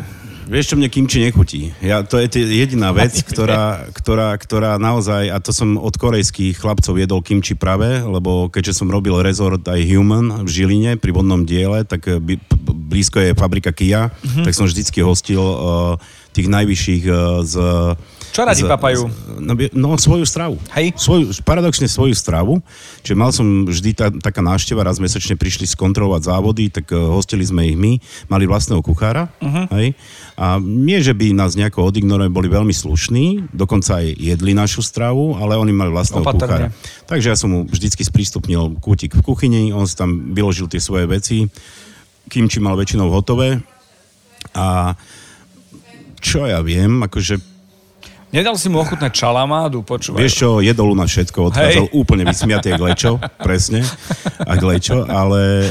Vieš, čo mne kimči nechutí? To je jediná vec, ktorá naozaj, a to som od korejských chlapcov jedol kimči práve, lebo keďže som robil rezort aj Human v Žiline pri vodnom diele, tak blízko je fabrika Kia, tak som vždycky hostil tých najvyšších z... Čo radi papajú? No, svoju stravu. Hej. Paradoxne svoju stravu. Čiže mal som vždy taká návšteva, raz mesačne prišli skontrolovať závody, tak hostili sme ich my, mali vlastného kuchára. Hej. A nie, že by nás nejako odignorovali, boli veľmi slušní, dokonca aj jedli našu stravu, ale oni mali vlastného kuchára. Takže ja som mu vždycky sprístupnil kútik v kuchyni, on si tam vyložil tie svoje veci, kimči mal väčšinou hotové. A čo ja viem, akože nedal si mu ochutnať čalamádu, počúvaj. Vieš čo, jedol u nás všetko, odchádzal úplne vysmiatý jak lečo, presne, ak lečo, ale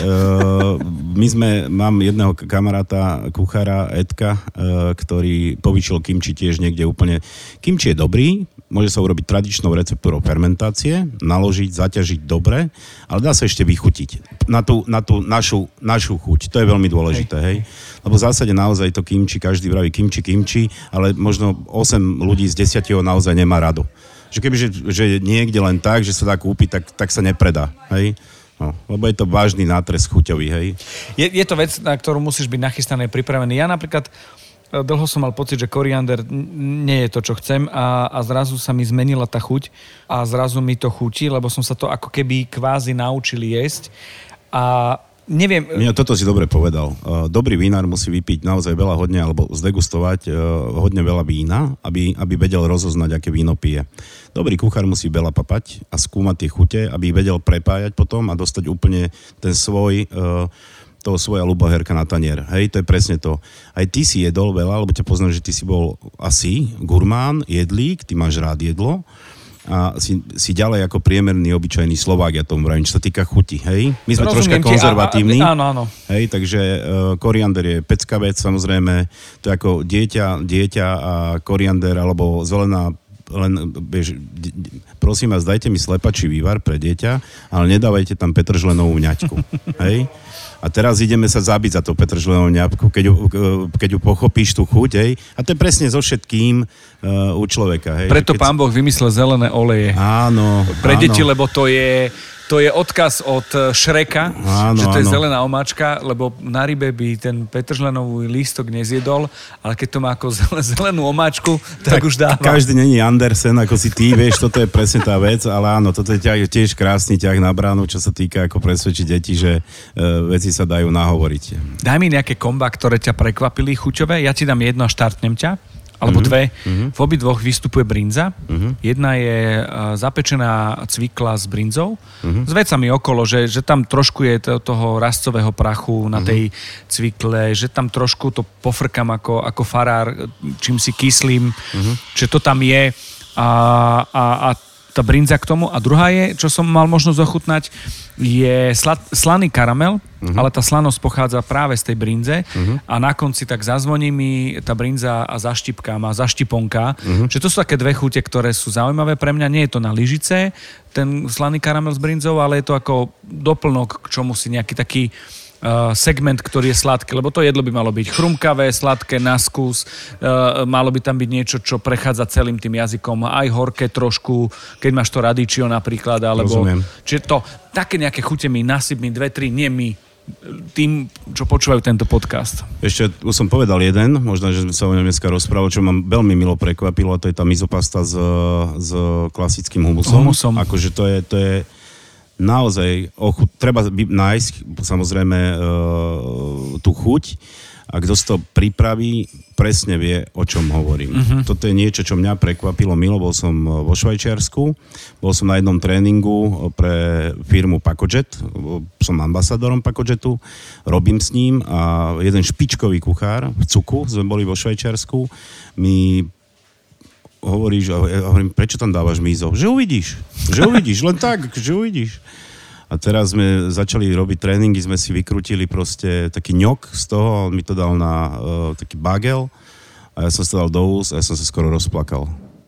mám jedného kamaráta, kuchára Edka, ktorý povyčil kimči tiež niekde úplne. Kimči je dobrý, môže sa urobiť tradičnou receptúrou fermentácie, naložiť, zaťažiť dobre, ale dá sa ešte vychutiť na tú našu chuť. To je veľmi dôležité, hej. Lebo v zásade naozaj to kimči, každý vraví kimči, ale možno 8 ľudí z 10 ho naozaj nemá rado. Že kebyže že niekde len tak, že sa dá kúpiť, tak sa nepredá, hej. No, lebo je to vážny nátres chuťový, hej. Je to vec, na ktorú musíš byť nachystaný, pripravený. Ja napríklad dlho som mal pocit, že koriander nie je to, čo chcem a zrazu sa mi zmenila tá chuť a zrazu mi to chutí, lebo som sa to ako keby kvázi naučil jesť a neviem... Toto si dobre povedal. Dobrý vinár musí vypiť naozaj veľa hodne, alebo zdegustovať hodne veľa vína, aby vedel rozoznať, aké víno pije. Dobrý kuchár musí veľa papať a skúmať tie chute, aby ich vedel prepájať potom a dostať úplne ten svoj... toho svoja ľuboherka na tanier. Hej, to je presne to. Aj ty si jedol veľa, lebo ťa poznám, že ty si bol asi gurmán, jedlík, ty máš rád jedlo a si ďalej ako priemerný, obyčajný Slovák, ja tomu vravím, čo sa týka chuti, hej? My sme troška konzervatívni. Áno. Hej, takže koriander je pecká vec, samozrejme, to je ako dieťa a koriander, alebo zelená prosím vás, dajte mi slepačí vývar pre dieťa, ale nedávajte tam petržlenovú ňaťku. Hej? A teraz ideme sa zabiť za tú petržlenovú ňapku, keď ju pochopíš tú chuť, hej. A to je presne so všetkým u človeka, hej. Preto Pán Boh vymyslel zelené oleje. Áno. Pre deti, lebo to je odkaz od Šreka, že to je zelená omáčka, lebo na rybe by ten petržlenový lístok nezjedol, ale keď to má ako zelenú omáčku, tak už dáva. Každý není Andersen, ako si ty, vieš, toto je presne tá vec, ale áno, toto je tiež krásny ťah na bránu, čo sa týka ako presvedčiť deti, že veci sa dajú nahovoriť. Daj mi nejaké komba, ktoré ťa prekvapili chuťové, ja ti dám jedno a štartnem ťa. Alebo dve. V obidvoch vystupuje brinza. Jedna je zapečená cvikla s brinzou. S vecami okolo, že tam trošku je toho rastcového prachu na tej cvikle, že tam trošku to pofrkam ako farár, čím si kyslím, že to tam je a tá brinza k tomu. A druhá je, čo som mal možnosť ochutnať, je slaný karamel, ale tá slanosť pochádza práve z tej brinze a na konci tak zazvoní mi tá brinza a zaštipka má zaštiponka. Čiže to sú také dve chute, ktoré sú zaujímavé pre mňa. Nie je to na lyžice, ten slaný karamel s brinzou, ale je to ako doplnok k čomu si nejaký taký segment, ktorý je sladký, lebo to jedlo by malo byť chrumkavé, sladké, na skús, malo by tam byť niečo, čo prechádza celým tým jazykom, aj horké trošku, keď máš to radíčio napríklad, alebo... Rozumiem. Čiže to, také nejaké chute mi, nasyp mi 2-3, nie my, tým, čo počúvajú tento podcast. Ešte už som povedal jeden, možno, že sme sa o ňom dneska rozprávali, čo ma veľmi milo prekvapilo, a to je tá misopasta s klasickým humusom. Akože to je naozaj treba nájsť samozrejme tú chuť a kto si to pripraví, presne vie, o čom hovorím. Toto je niečo, čo mňa prekvapilo milo. Bol som vo Švajčiarsku, bol som na jednom tréningu pre firmu Pacojet, som ambasadorom Pacojetu, robím s ním a jeden špičkový kuchár v Cuku, sme boli vo Švajčiarsku, mi hovoríš, a hovorím, prečo tam dávaš miso? Že uvidíš, len tak, že uvidíš. A teraz sme začali robiť tréningy, sme si vykrutili proste taký ňok z toho, on mi to dal na taký bagel a ja som sa dal do úst a ja som sa skoro rozplakal.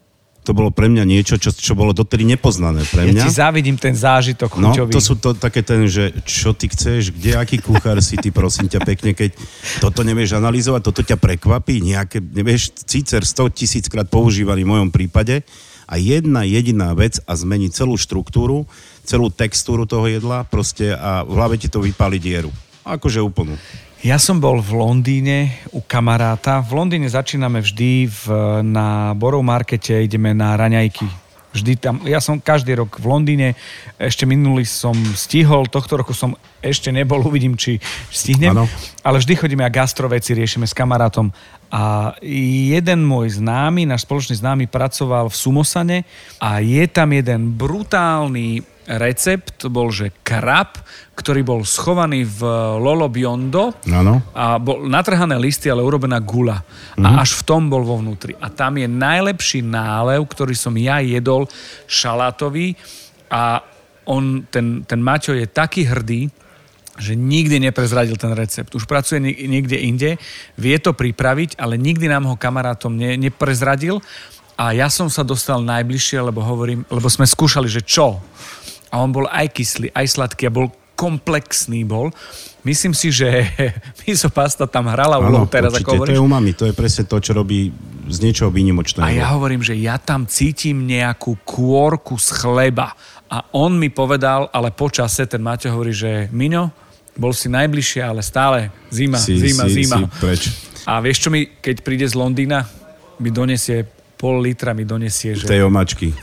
to bolo pre mňa niečo, čo bolo dotedy nepoznané pre mňa. Ja ti závidím ten zážitok chuťový. No, to sú to také že čo ty chceš, aký kuchár si ty, prosím ťa pekne, keď toto nevieš analyzovať, toto ťa prekvapí, nevieš, cícer 100 000 krát používaný v mojom prípade a jedna jediná vec a zmení celú štruktúru, celú textúru toho jedla proste a v hlave ti to vypáli dieru. Akože úplnú. Ja som bol v Londýne u kamaráta. V Londýne začíname vždy na Borough Markete, ideme na raňajky. Vždy tam, ja som každý rok v Londýne, ešte minulý som stihol, tohto roku som ešte nebol, uvidím, či stihnem. Ano. Ale vždy chodíme a gastroveci riešime s kamarátom. A jeden môj známy, náš spoločný známy, pracoval v Sumosane a je tam jeden brutálny recept, bol, že krab, ktorý bol schovaný v Lolo Biondo a bol natrhané listy, ale urobená guľa. A až v tom bol vo vnútri. A tam je najlepší nálev, ktorý som ja jedol, šalátový a ten Maťo je taký hrdý, že nikdy neprezradil ten recept. Už pracuje niekde inde, vie to pripraviť, ale nikdy nám ho kamarátom neprezradil a ja som sa dostal najbližšie, lebo sme skúšali, že čo? A on bol aj kyslý, aj sladký a bol komplexný bol. Myslím si, že miso pasta tam hrala úlohu teraz, určite, ako hovoríš. To je umami, to je presne to, čo robí z niečoho výnimočného. A ja hovorím, že ja tam cítim nejakú kôrku z chleba. A on mi povedal, ale po čase ten Maťo hovorí, že Miňo, bol si najbližšie, ale stále zima. Si preč. A vieš, čo mi, keď príde z Londýna, mi donesie pol litra, že... Tej omačky.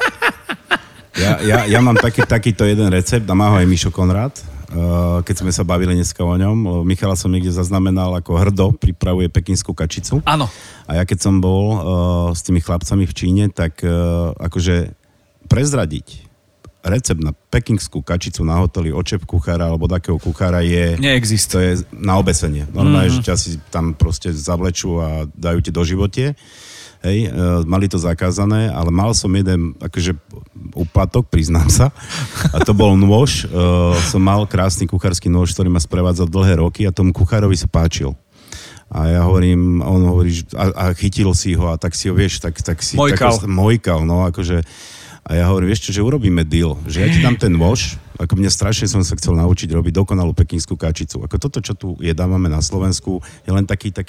Ja mám takýto jeden recept a má ho aj Mišo Konrád, keď sme sa bavili dneska o ňom. Michala som niekde zaznamenal, ako hrdo pripravuje pekinskú kačicu. Áno. A ja keď som bol s tými chlapcami v Číne, tak akože prezradiť recept na pekingskú kačicu na hoteli od šéf kuchára alebo takého kuchára neexistuje. To je na obesenie. Normálne, že ťa si tam proste zavlečú a dajú ti do živote. Hej, mali to zakázané, ale mal som jeden akože úplatok, priznám sa, a to bol nôž. Som mal krásny kuchársky nôž, ktorý ma sprevádzal dlhé roky a tomu kuchárovi sa páčil. A ja hovorím, on hovorí, a chytil si ho a tak si ho, vieš, tak si... Mojkal, no akože... A ja hovorím, vieš čo, že urobíme deal, že ja ti dám ten nôž, ako mne strašne som sa chcel naučiť robiť dokonalú pekingskú kačicu. Ako toto, čo tu jedávame na Slovensku, je len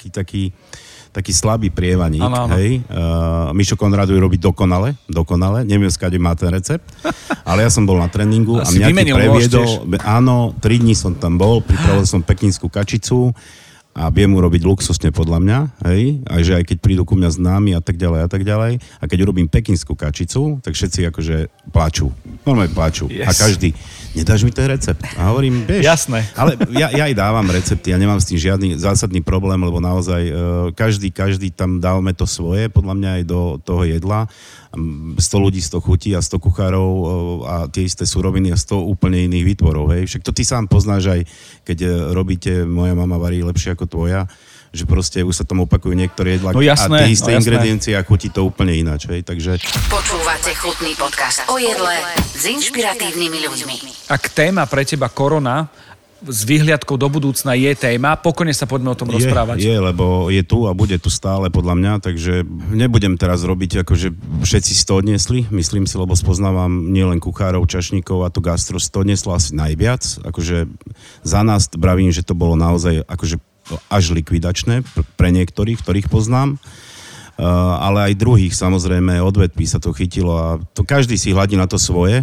taký slabý prievaník, hej. Mišo Konrádu robí dokonale, neviem, skáde má ten recept, ale ja som bol na tréningu a mňa ti previedol, áno, 3 dní som tam bol, pripravil som pekingskú kačicu a viem urobiť luxusne podľa mňa, hej, a že aj keď prídu ku mňa známi a tak ďalej, a keď urobím pekingskú kačicu, tak všetci akože pláču, normálne pláču. Yes. A každý, nedáš mi ten recept? A hovorím, vieš, jasné. Ale ja aj dávam recepty, ja nemám s tým žiadny zásadný problém, lebo naozaj každý tam dávame to svoje, podľa mňa aj do toho jedla. 100 ľudí, 100 chutí a 100 kuchárov a tie isté suroviny a 100 úplne iných výtvorov, hej. Však to ty sám poznáš aj, keď robíte, moja mama varí lepšie ako tvoja, že proste už sa tam opakujú niektoré jedlá a tie isté ingrediencie a chutí to úplne ináč, hej, takže... Počúvate chutný podcast o jedle s inšpiratívnymi ľuďmi. Ak téma pre teba korona s výhliadkou do budúcna je téma, pokojne sa poďme o tom rozprávať. Je, lebo je tu a bude tu stále podľa mňa, takže nebudem teraz robiť, akože všetci si to odniesli, myslím si, lebo spoznávam nielen kuchárov, čašníkov a to gastro si to odnieslo asi najviac, akože za nás vravím, že to bolo naozaj akože až likvidačné pre niektorých, ktorých poznám. Ale aj druhých, samozrejme, odvetví sa to chytilo a to každý si hľadí na to svoje,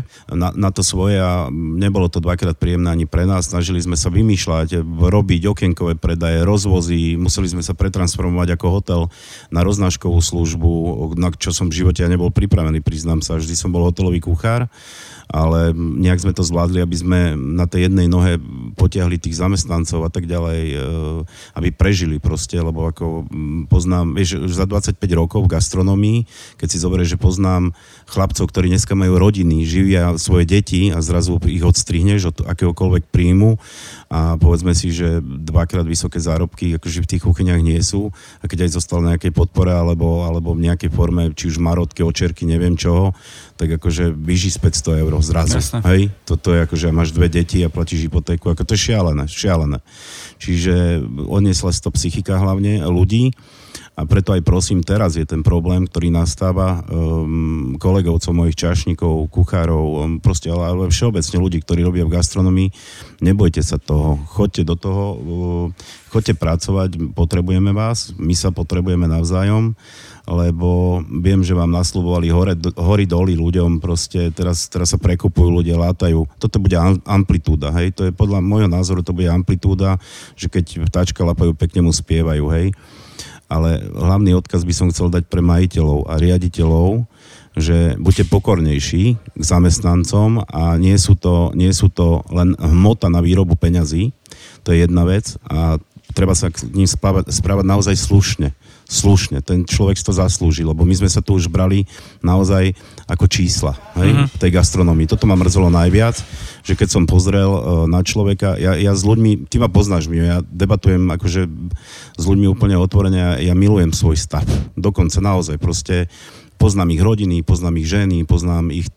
a nebolo to dvakrát príjemné ani pre nás. Snažili sme sa vymýšľať, robiť okienkové predaje, rozvozy, museli sme sa pretransformovať ako hotel na roznáškovú službu, na čo som v živote ja nebol pripravený, priznám sa, vždy som bol hotelový kuchár, ale nejak sme to zvládli, aby sme na tej jednej nohe potiahli tých zamestnancov a tak ďalej, aby prežili proste, lebo ako poznám, vieš, za 25 rokov v gastronomii, keď si zoberieš, že poznám chlapcov, ktorí dneska majú rodiny, živia svoje deti a zrazu ich odstrihneš od akéhokoľvek príjmu a povedzme si, že dvakrát vysoké zárobky akože v tých kuchyniach nie sú a keď aj zostal na nejakej podpore alebo v nejakej forme, či už marotke, očerky, neviem čoho, tak akože vyží z 500 eur zrazu. Jasne. Hej? Toto je akože máš 2 deti a platíš hypotéku, ako to je šialené. Čiže odniesla si to psychika hlavne ľudí A preto aj prosím, teraz je ten problém, ktorý nastáva kolegovcov, mojich čašníkov, kuchárov, proste, ale všeobecne ľudí, ktorí robia v gastronomii. Nebojte sa toho, choďte do toho, choďte pracovať, potrebujeme vás, my sa potrebujeme navzájom, lebo viem, že vám nasľubovali hory doly ľuďom, proste teraz sa prekupujú ľudia, látajú. Toto bude amplitúda, hej, to je podľa môjho názoru, to bude amplitúda, že keď vtáčka lapajú, pekne mu spievajú, hej. Ale hlavný odkaz by som chcel dať pre majiteľov a riaditeľov, že buďte pokornejší k zamestnancom a nie sú to len hmota na výrobu peňazí, to je jedna vec a treba sa k ním správať naozaj slušne. Ten človek si to zaslúži, lebo my sme sa tu už brali naozaj ako čísla, hej, v tej gastronomii. Toto ma mrzelo najviac, že keď som pozrel na človeka, ja s ľuďmi, ty ma poznáš, ja debatujem akože s ľuďmi úplne otvorene, ja milujem svoj stav. Dokonca naozaj, proste poznám ich rodiny, poznám ich ženy, poznám ich...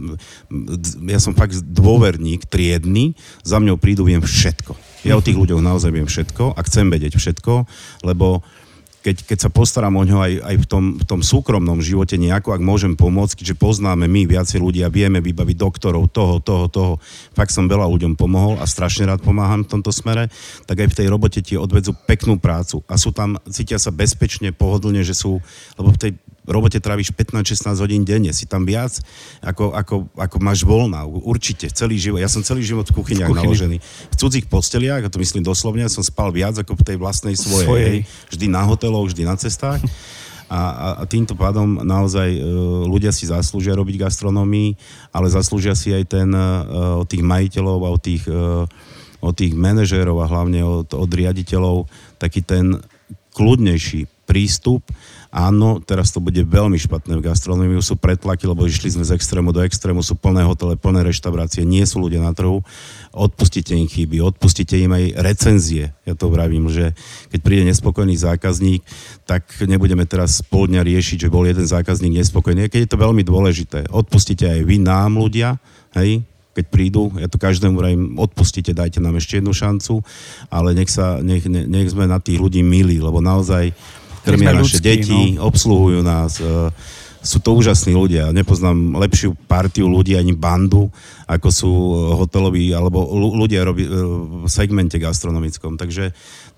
Ja som fakt dôverník, triedny, za mňou prídu, viem všetko. Ja o tých ľuďoch naozaj viem všetko a chcem vedieť všetko, lebo keď sa postaram o ňo aj v tom súkromnom živote nejako, ak môžem pomôcť, keďže poznáme my viacej ľudia, vieme vybaviť doktorov, toho. Fakt som veľa ľuďom pomohol a strašne rád pomáham v tomto smere, tak aj v tej robote ti odvedzú peknú prácu a sú tam, cítia sa bezpečne, pohodlne, že sú, lebo v tej robote tráviš 15-16 hodín denne, si tam viac, ako máš voľná, určite, celý život. Ja som celý život v kuchyniach naložený. V cudzích posteliach, a to myslím doslovne, som spal viac ako v tej vlastnej svojej. Vždy na hoteloch, vždy na cestách. A týmto pádom naozaj ľudia si zaslúžia robiť gastronómii, ale zaslúžia si aj ten od tých majiteľov a od tých manažérov a hlavne od riaditeľov taký ten kľudnejší prístup. Áno, teraz to bude veľmi špatné v gastronómii, sú pretlaky, lebo išli sme z extrému do extrému, sú plné hotele, plné reštaurácie, nie sú ľudia na trhu. Odpustite im chyby, odpustite im aj recenzie. Ja to vravím, že keď príde nespokojný zákazník, tak nebudeme teraz pol dňa riešiť, že bol jeden zákazník nespokojný. Keď je to veľmi dôležité, odpustite aj vy nám ľudia, hej? Keď prídu, ja to každému vravím, odpustite, dajte nám ešte jednu šancu, ale nech sme na tých ľudí milí, lebo naozaj krmia naše deti, obsluhujú nás, sú to úžasní ľudia. Nepoznám lepšiu partiu ľudí, ani bandu, ako sú hoteloví, alebo ľudia v segmente gastronomickom. Takže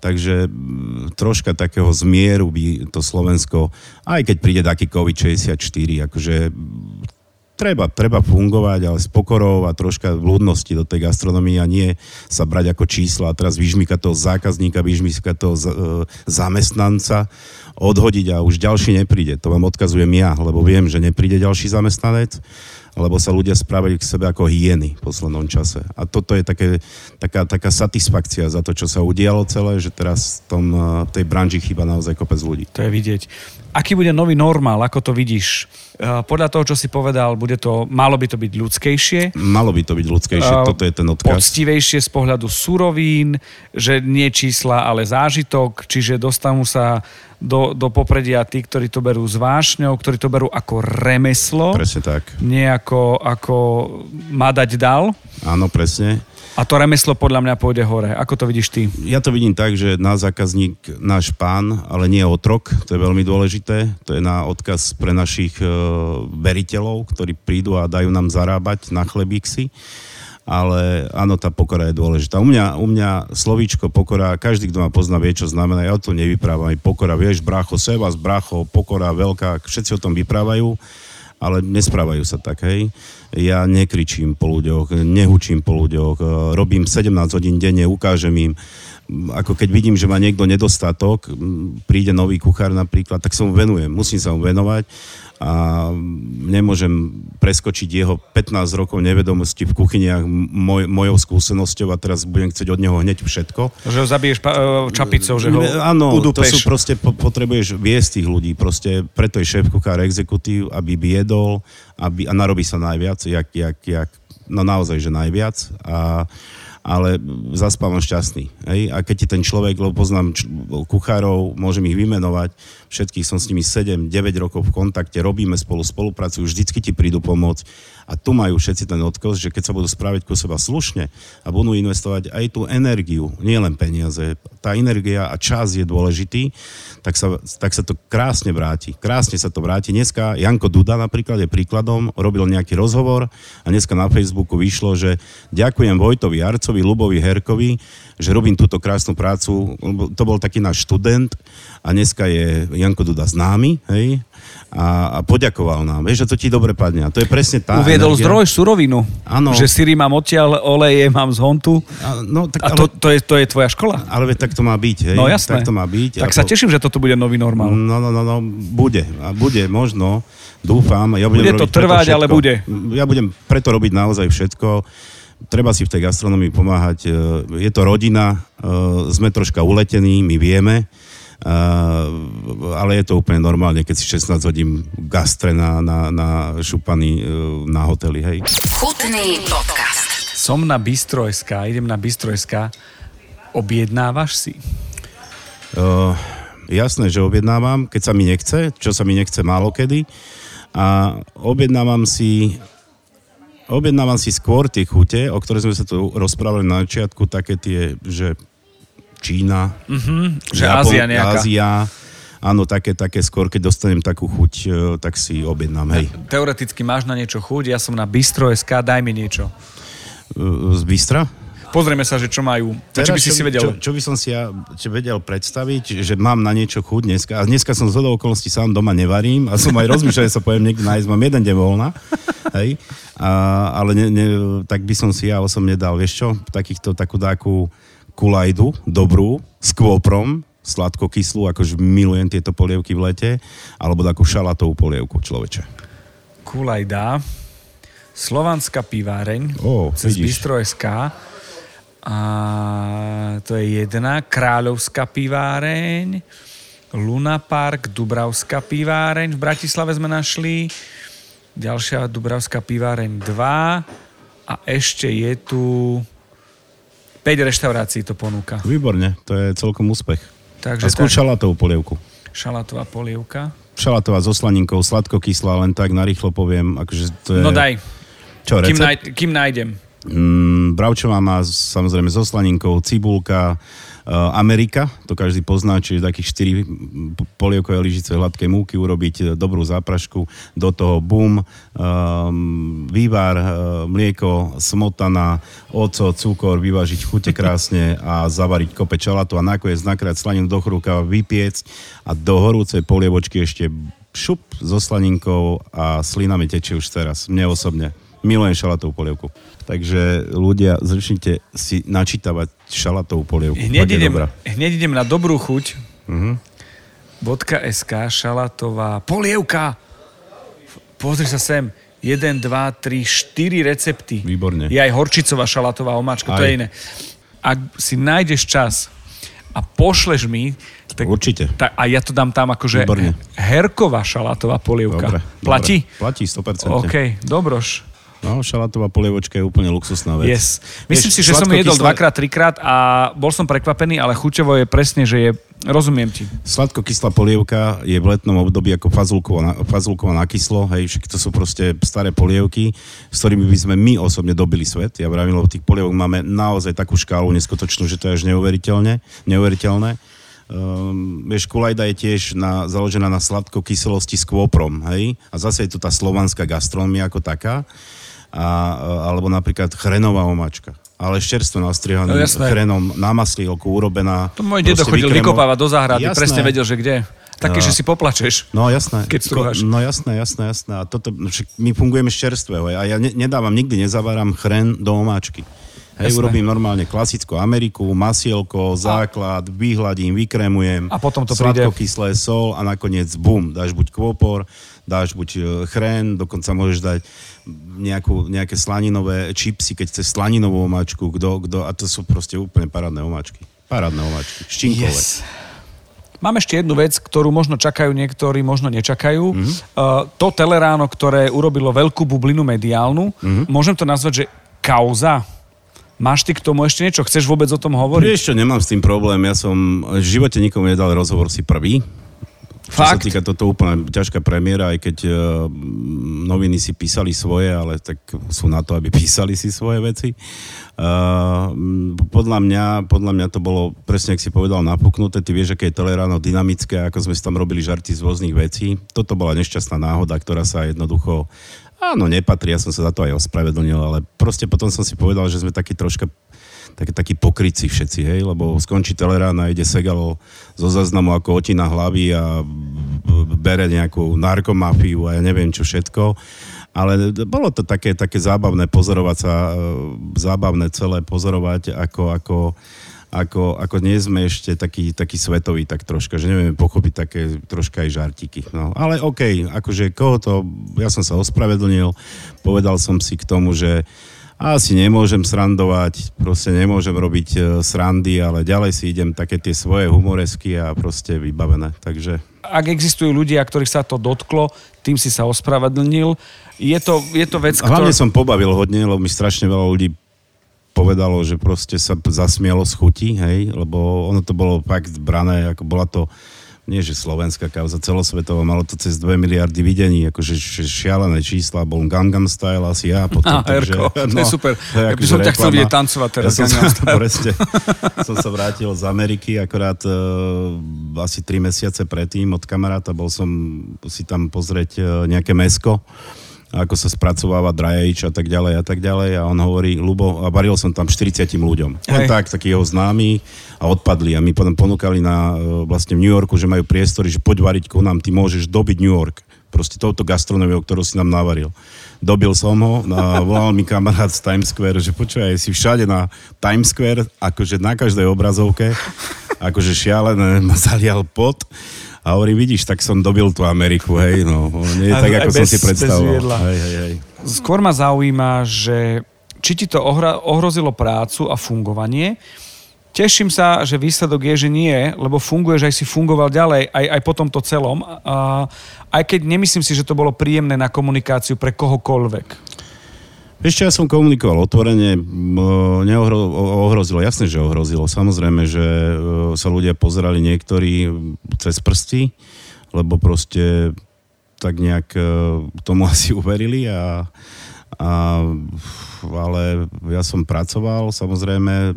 troška takého zmieru by to Slovensko, aj keď príde taký COVID-64, akože treba fungovať, ale s pokorou a troška vľúdnosti do tej gastronomie a nie sa brať ako čísla a teraz vyžmýkať toho zákazníka, vyžmýkať toho zamestnanca, odhodiť a už ďalší nepríde. To vám odkazujem ja, lebo viem, že nepríde ďalší zamestnanec, lebo sa ľudia správajú k sebe ako hyeny v poslednom čase. A toto je taká satisfakcia za to, čo sa udialo celé, že teraz v tej branži chýba naozaj kopec ľudí. To je vidieť. Aký bude nový normál, ako to vidíš? Podľa toho, čo si povedal, malo by to byť ľudskejšie? Malo by to byť ľudskejšie, toto je ten odkaz. Poctivejšie z pohľadu surovín, že nie čísla, ale zážitok, čiže dostanú sa do popredia tí, ktorí to berú s vášňou, ktorí to berú ako remeslo. Presne tak. Nie ako má dať dal. Áno, presne. A to remeslo podľa mňa pôjde hore. Ako to vidíš ty? Ja to vidím tak, že náš zákazník, náš pán, ale nie otrok, to je veľmi dôležité. To je na odkaz pre našich veriteľov, ktorí prídu a dajú nám zarábať na chlebíksy. Ale áno, tá pokora je dôležitá. U mňa slovíčko pokora, každý, kto ma pozná, vie, čo znamená. Ja o tom nevyprávam. Aj pokora, vieš, brácho, sebas, brácho, pokora, veľká, všetci o tom vyprávajú, ale nesprávajú sa tak, hej. Ja nekričím po ľuďoch, nehučím po ľuďoch, robím 17 hodín denne, ukážem im. Ako keď vidím, že má niekto nedostatok, príde nový kuchár napríklad, tak sa mu venujem, musím sa mu venovať a nemôžem preskočiť jeho 15 rokov nevedomosti v kuchyniach mojou skúsenosťou a teraz budem chcieť od neho hneď všetko. Že ho zabiješ čapicou, že ho áno, udupeš. To sú proste, potrebuješ viesť tých ľudí, proste preto je šéf kuchár exekutív, aby viedol a narobí sa najviac, jak no naozaj, že najviac a ale zaspávam šťastný. Hej? A keď ti ten človek, lebo poznám kuchárov, môžem ich vymenovať, všetkých som s nimi 7-9 rokov v kontakte, robíme spolupracujú, vždycky ti prídu pomôcť. A tu majú všetci ten odkaz, že keď sa budú spraviť ku seba slušne a budú investovať aj tú energiu, nie len peniaze, tá energia a čas je dôležitý, tak sa to krásne vráti. Krásne sa to vráti. Dneska Janko Duda napríklad je príkladom, robil nejaký rozhovor a dneska na Facebooku vyšlo, že ďakujem Vojtovi Arcovi, Ľubovi Herkovi, že robím túto krásnu prácu. To bol taký náš študent a dneska je Janko Duda známy, hej? A poďakoval nám. Vieš, že to ti dobre padne. A to je presne tá Uviedol energia. zdroj, surovinu. Áno. Že syry mám odtiaľ, oleje mám z Hontu. To je tvoja škola. Ale tak to má byť, hej? No jasné. Tak to má byť. Tak sa teším, že toto bude nový normál. No, bude. A bude, možno. Dúfam. Ja budem bude to trvať, ale bude. Ja budem preto robiť naozaj všetko. Treba si v tej gastronomii pomáhať. Je to rodina, sme troška uletení, my vieme. Ale je to úplne normálne, keď si 16 hodín gastre na šupaný na hoteli, hej. Chutný podcast. Som na Bistro.sk, idem na Bistro.sk. Objednávaš si? Jasné, že objednávam, keď sa mi nechce, čo sa mi nechce málo kedy. A objednávam si skôr tie chute, o ktoré sme sa tu rozprávali na začiatku, také tie, že Čína, že Ázia nejaká. Ázia, áno, také skôr, keď dostanem takú chuť, tak si objednám, hej. Teoreticky máš na niečo chuť, ja som na Bistro.sk, daj mi niečo. Z Bistra? Pozrieme sa, že čo majú. Či by si vedel. Čo by som si ja vedel predstaviť, že mám na niečo chuť dneska. A dneska som zhodou okolností sám doma nevarím a som aj rozmýšľal, že sa poviem niekde nájsť, mám jeden deň voľna, hej. Ale tak by som si ja osobne dal, vieš čo, takú kulajdu, dobrú, s kvoprom, sladkokyslú, akože milujem tieto polievky v lete, alebo takú šalatovú polievku, človeče. Kulajda, Slovanská piváreň, cez Bistro.sk, a to je jedna, Kráľovská piváreň, Luna Park, Dubravská piváreň, v Bratislave sme našli, ďalšia Dubravská piváreň 2 a ešte je tu 5 reštaurácií to ponúka. Výborne, to je celkom úspech. Takže a skôr šalatovú polievku. Šalatová polievka. Šalatová so slaninkou, sladkokyslá, len tak narýchlo poviem. Akože to je... No daj. Čo, recept? Kým nájdem? Bravčová má samozrejme so slaninkou, cibulka, Amerika, to každý pozná, čiže takých 4 polievkové lyžice hladkej múky, urobiť dobrú záprašku, do toho vývar, mlieko, smotana, ocot, cukor, vyvážiť chute krásne a zavariť kope čalatu a nakoniec nakrájať slaninu do chrúka, vypiecť a do horúcej polievočky ešte šup so slaninkou a slina mi tečie už teraz, mne osobne. Milujem šalatovú polievku. Takže ľudia, začnite si načítavať šalatovú polievku. Hneď idem na dobrú chuť. .sk, šalatová polievka. Pozri sa sem. 1, 2, 3, 4 recepty. Výborne. Je aj horčicová šalatová omáčka, to je iné. Ak si nájdeš čas a pošleš mi... Tak, určite. A ja to dám tam akože výborne. Herková šalatová polievka. Dobre. Platí? Platí 100%. OK, dobroš. No, šalatová polievočka je úplne luxusná vec. Yes. Myslím si, že som jedol 2-krát, 3-krát a bol som prekvapený, ale chuťovo je presne, že je... Rozumiem ti. Sladkokyslá polievka je v letnom období ako fazulková na kyslo, hej, všetky to sú proste staré polievky, s ktorými by sme my osobne dobili svet. Ja vravím, lebo tých polievok máme naozaj takú škálu neskutočnú, že to je až neuveriteľné. Vieš, kulajda je tiež založená na sladkokyselosti s kvoprom, hej? A zase je tu tá slovanská gastronomia ako taká. Alebo napríklad chrenová omáčka. Ale čerstvo nastriehaným chrenom na maslílku urobená. To môj dedo chodil vykopávať do záhrady, presne vedel, že kde. Také, že si poplačeš. No jasné. Keď strúhaš. No jasné. A toto, my fungujeme z čerstvého. A ja nikdy nezaváram chren do omáčky. Hej, urobím normálne klasickú Ameriku, masielko, základ, vyhladím, vykrémujem, a potom to príde sladkokyslé, sol a nakoniec bum, dáš buď kvopor, dáš buď chrén, dokonca môžeš dať nejaké slaninové čipsy, keď chceš slaninovú omáčku, a to sú proste úplne parádne omáčky, ščinkové. Yes. Mám ešte jednu vec, ktorú možno čakajú niektorí, možno nečakajú. To Teleráno, ktoré urobilo veľkú bublinu mediálnu, môžem to nazvať, že kauza Máš ty k tomu ešte niečo? Chceš vôbec o tom hovoriť? Vieš čo, nemám s tým problém. Ja som v živote nikomu nedal rozhovor si prvý. Čo sa týka toto úplne ťažká premiéra, aj keď noviny si písali svoje, ale tak sú na to, aby písali si svoje veci. Podľa mňa to bolo, presne ak si povedal, napuknuté. Ty vieš, aké je Teleráno dynamické, ako sme si tam robili žarty z rôznych vecí. Toto bola nešťastná náhoda, ktorá sa jednoducho... Áno, nepatrí, ja som sa za to aj ospravedlnil, ale proste potom som si povedal, že sme takí troška takí pokrytci všetci, hej, lebo skončí Telerán a ide Segalo zo záznamu ako otina hlavy a bere nejakú narkomafiu a ja neviem čo všetko. Ale bolo to také zábavné pozorovať sa, zábavné celé pozorovať, ako nie sme ešte taký svetový, tak troška, že nevieme pochopiť také troška aj žartiky. No, ale okej, akože ja som sa ospravedlnil, povedal som si k tomu, že asi nemôžem srandovať, proste nemôžem robiť srandy, ale ďalej si idem také tie svoje humoresky a proste vybavené, takže... Ak existujú ľudia, ktorých sa to dotklo, tým si sa ospravedlnil. Je to vec, hlavne som pobavil hodne, lebo mi strašne veľa ľudí povedalo, že proste sa zasmialo z chuti, hej, lebo ono to bolo fakt brané, ako bola to, nie že slovenská kauza, celosvetová, malo to cez 2 miliardy videní, akože šialené čísla, bol Gangnam Style asi ja potom. Erko, to je super. Ja by som ťa chcel vidieť tancovať teraz. Som sa vrátil z Ameriky, akorát asi 3 mesiace predtým od kamaráta, bol som si tam pozrieť nejaké mäsko, ako sa spracováva dry age a tak ďalej a on hovorí, Ľubo, a varil som tam 40 ľuďom. Len tak, takí jeho známi a odpadli a my potom ponúkali vlastne v New Yorku, že majú priestory, že poď variť ku nám, ty môžeš dobiť New York. Proste touto gastronómiou, ktorú si nám navaril. Dobil som ho a volal mi kamarát z Times Square, že počúvaj, si všade na Times Square, akože na každej obrazovke, akože šialené ma zalial pot. A hovorím, vidíš, tak som dobil tú Ameriku, hej, no. Nie je tak, ako som si predstavoval. Hej. Skôr ma zaujíma, že či ti to ohrozilo prácu a fungovanie. Teším sa, že výsledok je, že nie, lebo funguješ, aj si fungoval ďalej, aj po tomto celom. Aj keď nemyslím si, že to bolo príjemné na komunikáciu pre kohokoľvek. Ešte ja som komunikoval otvorene, ohrozilo, jasné, že ohrozilo. Samozrejme, že sa ľudia pozerali niektorí cez prsty, lebo proste tak nejak tomu asi uverili, ale ja som pracoval, samozrejme,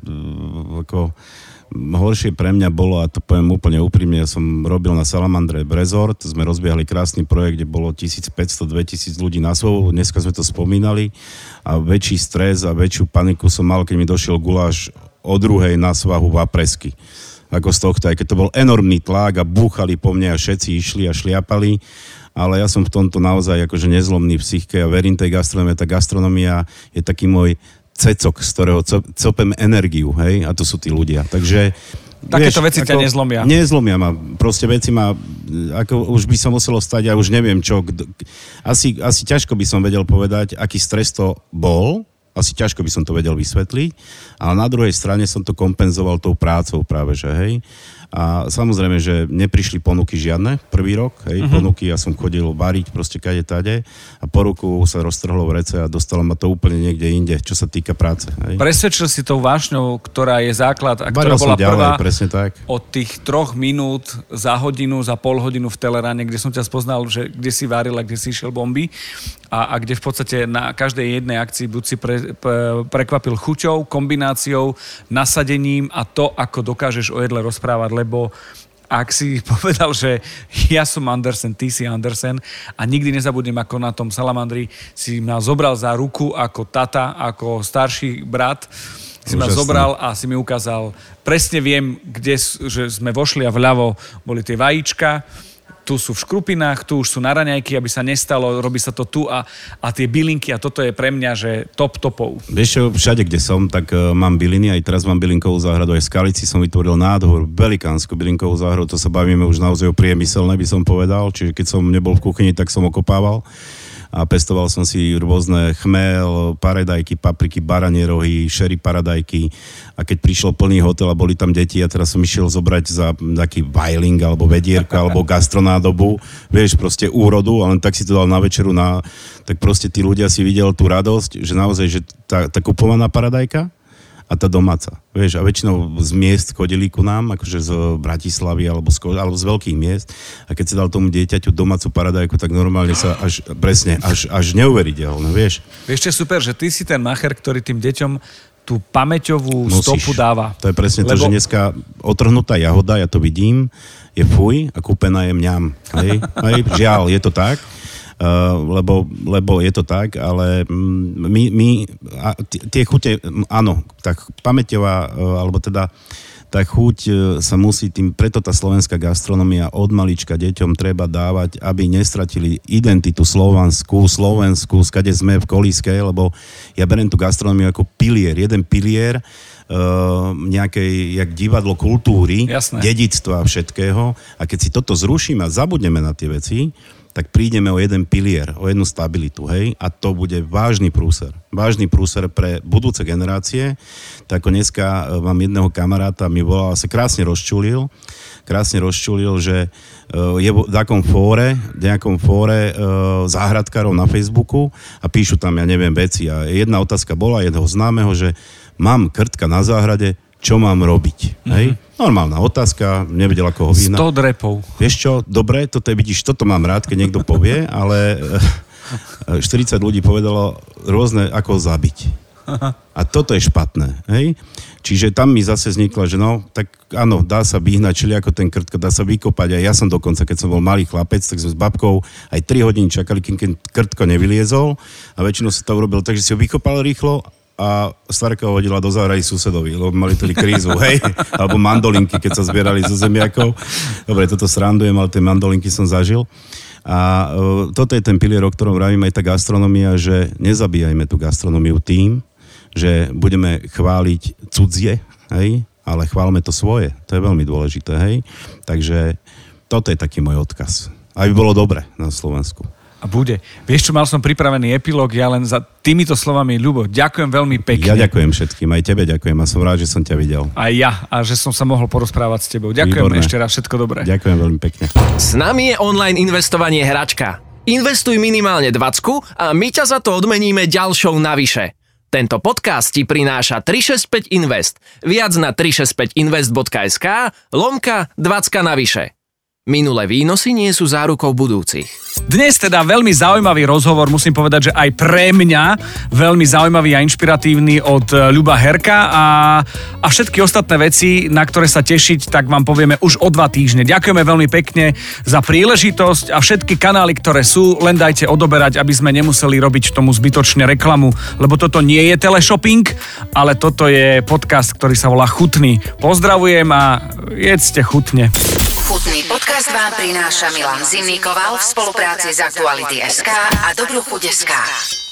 ako horšie pre mňa bolo, a to poviem úplne úprimne, ja som robil na Salamandre Resort, sme rozbiehali krásny projekt, kde bolo 1500-2000 ľudí na slovo, dneska sme to spomínali a väčší stres a väčšiu paniku som mal, keď mi došiel guláš o 2:00 na svahu v Apresky. Ako z tohto, aj keď to bol enormný tlak a búchali po mne a všetci išli a šliapali, ale ja som v tomto naozaj akože nezlomný v psychike a verím tej gastronomii. Tá gastronomia je taký môj cecok, z ktorého copem energiu, hej, a to sú tí ľudia. Takže takéto veci ťa nezlomia. Nezlomia ma. Proste veci ma, ako už by som muselo stať, ja už neviem čo. Asi ťažko by som vedel povedať, aký stres to bol. Asi ťažko by som to vedel vysvetliť. Ale na druhej strane som to kompenzoval tou prácou práve, že hej. A samozrejme, že neprišli ponuky žiadne prvý rok, hej, ponuky, ja som chodil variť proste kade tade a po roku sa roztrhlo v rece a dostalo ma to úplne niekde inde, čo sa týka práce. Hej. Presvedčil si tou vášňou, ktorá je základ a ktorá bola prvá presne tak. Od tých 3 minút za hodinu, za pol hodinu v Teleráne, kde som ťa spoznal, že kde si varil a kde si išiel bomby a kde v podstate na každej jednej akcii buď si prekvapil chuťou, kombináciou, nasadením a to, ako dokážeš o jedle rozprávať, lebo ak si povedal, že ja som Andersen, ty si Andersen a nikdy nezabudnem, ako na tom Salamandri si ma zobral za ruku ako tata, ako starší brat, si ma zobral a si mi ukázal, presne viem, že sme vošli a vľavo boli tie vajíčka, tu sú v škrupinách, tu už sú na raňajky, aby sa nestalo, robí sa to tu a tie bylinky a toto je pre mňa, že top topov. Vieš čo, všade, kde som, tak mám byliny, aj teraz mám bylinkovú záhradu, aj v Skalici som vytvoril nádhor, velikánsku bylinkovú záhradu, to sa bavíme už naozaj o priemyselné, by som povedal, čiže keď som nebol v kuchyni, tak som okopával. A pestoval som si rôzne chmel, paradajky, papriky, baranie rohy, sherry paradajky. A keď prišiel plný hotel a boli tam deti a teraz som išiel zobrať za taký vajling alebo vedierka alebo gastronádobu, vieš, proste úrodu, a len tak si to dal na večeru, tak proste tí ľudia si videl tú radosť, že naozaj, že tá kupovaná paradajka a tá domáca. Vieš, a väčšinou z miest chodili ku nám, akože z Bratislavy alebo z veľkých miest. A keď si dal tomu dieťaťu domácu paradajku, tak normálne sa až neuveriteľné, vieš. Vieš, čo je super, že ty si ten macher, ktorý tým deťom tú pamäťovú stopu dáva. To je presne to, že dneska otrhnutá jahoda, ja to vidím, je fuj a kúpená je mňam. Hej? Žiaľ, je to tak. Lebo je to tak, ale tie chute, áno, tak pamäťová, alebo teda tá chuť sa musí preto tá slovenská gastronomia od malička deťom treba dávať, aby nestratili identitu slovenskú, skade sme v kolíske, lebo ja beriem tú gastronómiu ako jeden pilier nejakej, jak divadlo kultúry, jasné, dedičstva a všetkého. A keď si toto zrušíme a zabudneme na tie veci, tak prídeme o jeden pilier, o jednu stabilitu, hej? A to bude vážny prúser. Vážny prúser pre budúce generácie. Tak ako dneska mám jedného kamaráta, mi volal, sa krásne rozčulil, že je v nejakom fóre záhradkárov na Facebooku a píšu tam, ja neviem, veci. A jedna otázka bola jedného známeho, že mám krtka na záhrade, čo mám robiť, hej? Normálna otázka, nevedel ako ho vyhnať. 100 drepov. Vieš čo, dobre, toto mám rád, keď niekto povie, ale 40 ľudí povedalo rôzne, ako ho zabiť. A toto je špatné, hej? Čiže tam mi zase vzniklo, že tak áno, dá sa vyhnať čiliako ten krtko, dá sa vykopať. A ja som dokonca, keď som bol malý chlapec, tak sme s babkou aj 3 hodiny čakali, kým krtko nevyliezol. A väčšinou sa to urobil tak, že si ho vykopal rýchlo a starka ho hodila do záhrady susedovi, lebo mali tedy krízu, hej? Alebo mandolinky, keď sa zbierali zo zemiakov. Dobre, toto srandujem, ale tie mandolinky som zažil. A toto je ten pilier, o ktorom vravím aj tá gastronomia, že nezabíjajme tú gastronómiu tým, že budeme chváliť cudzie, hej? Ale chválme to svoje. To je veľmi dôležité, hej? Takže toto je taký môj odkaz. Aby bolo dobre na Slovensku. A bude. Vieš čo, mal som pripravený epilóg, ja len za týmito slovami, Ľubo, ďakujem veľmi pekne. Ja ďakujem všetkým, aj tebe ďakujem a som rád, že som ťa videl. Aj ja, a že som sa mohol porozprávať s tebou. Ďakujem. Výborné. Ešte raz, všetko dobré. Ďakujem veľmi pekne. S nami je online investovanie Hračka. Investuj minimálne 20 a my ťa za to odmeníme ďalšou navyše. Tento podcast ti prináša 365 Invest. Viac na 365invest.sk/20 navyše. Minulé výnosy nie sú zárukou budúcich. Dnes teda veľmi zaujímavý rozhovor, musím povedať, že aj pre mňa veľmi zaujímavý a inšpiratívny od Ľuba Herka a všetky ostatné veci, na ktoré sa tešiť, tak vám povieme už o 2 týždne. Ďakujeme veľmi pekne za príležitosť a všetky kanály, ktoré sú, len dajte odoberať, aby sme nemuseli robiť tomu zbytočne reklamu, lebo toto nie je teleshopping, ale toto je podcast, ktorý sa volá Chutný. Pozdravujem a jedzte chutne. Chutný podcast vám prináša Milan Zimníkoval v spolupráci s Aktuality.sk a Dobrú chuť.sk.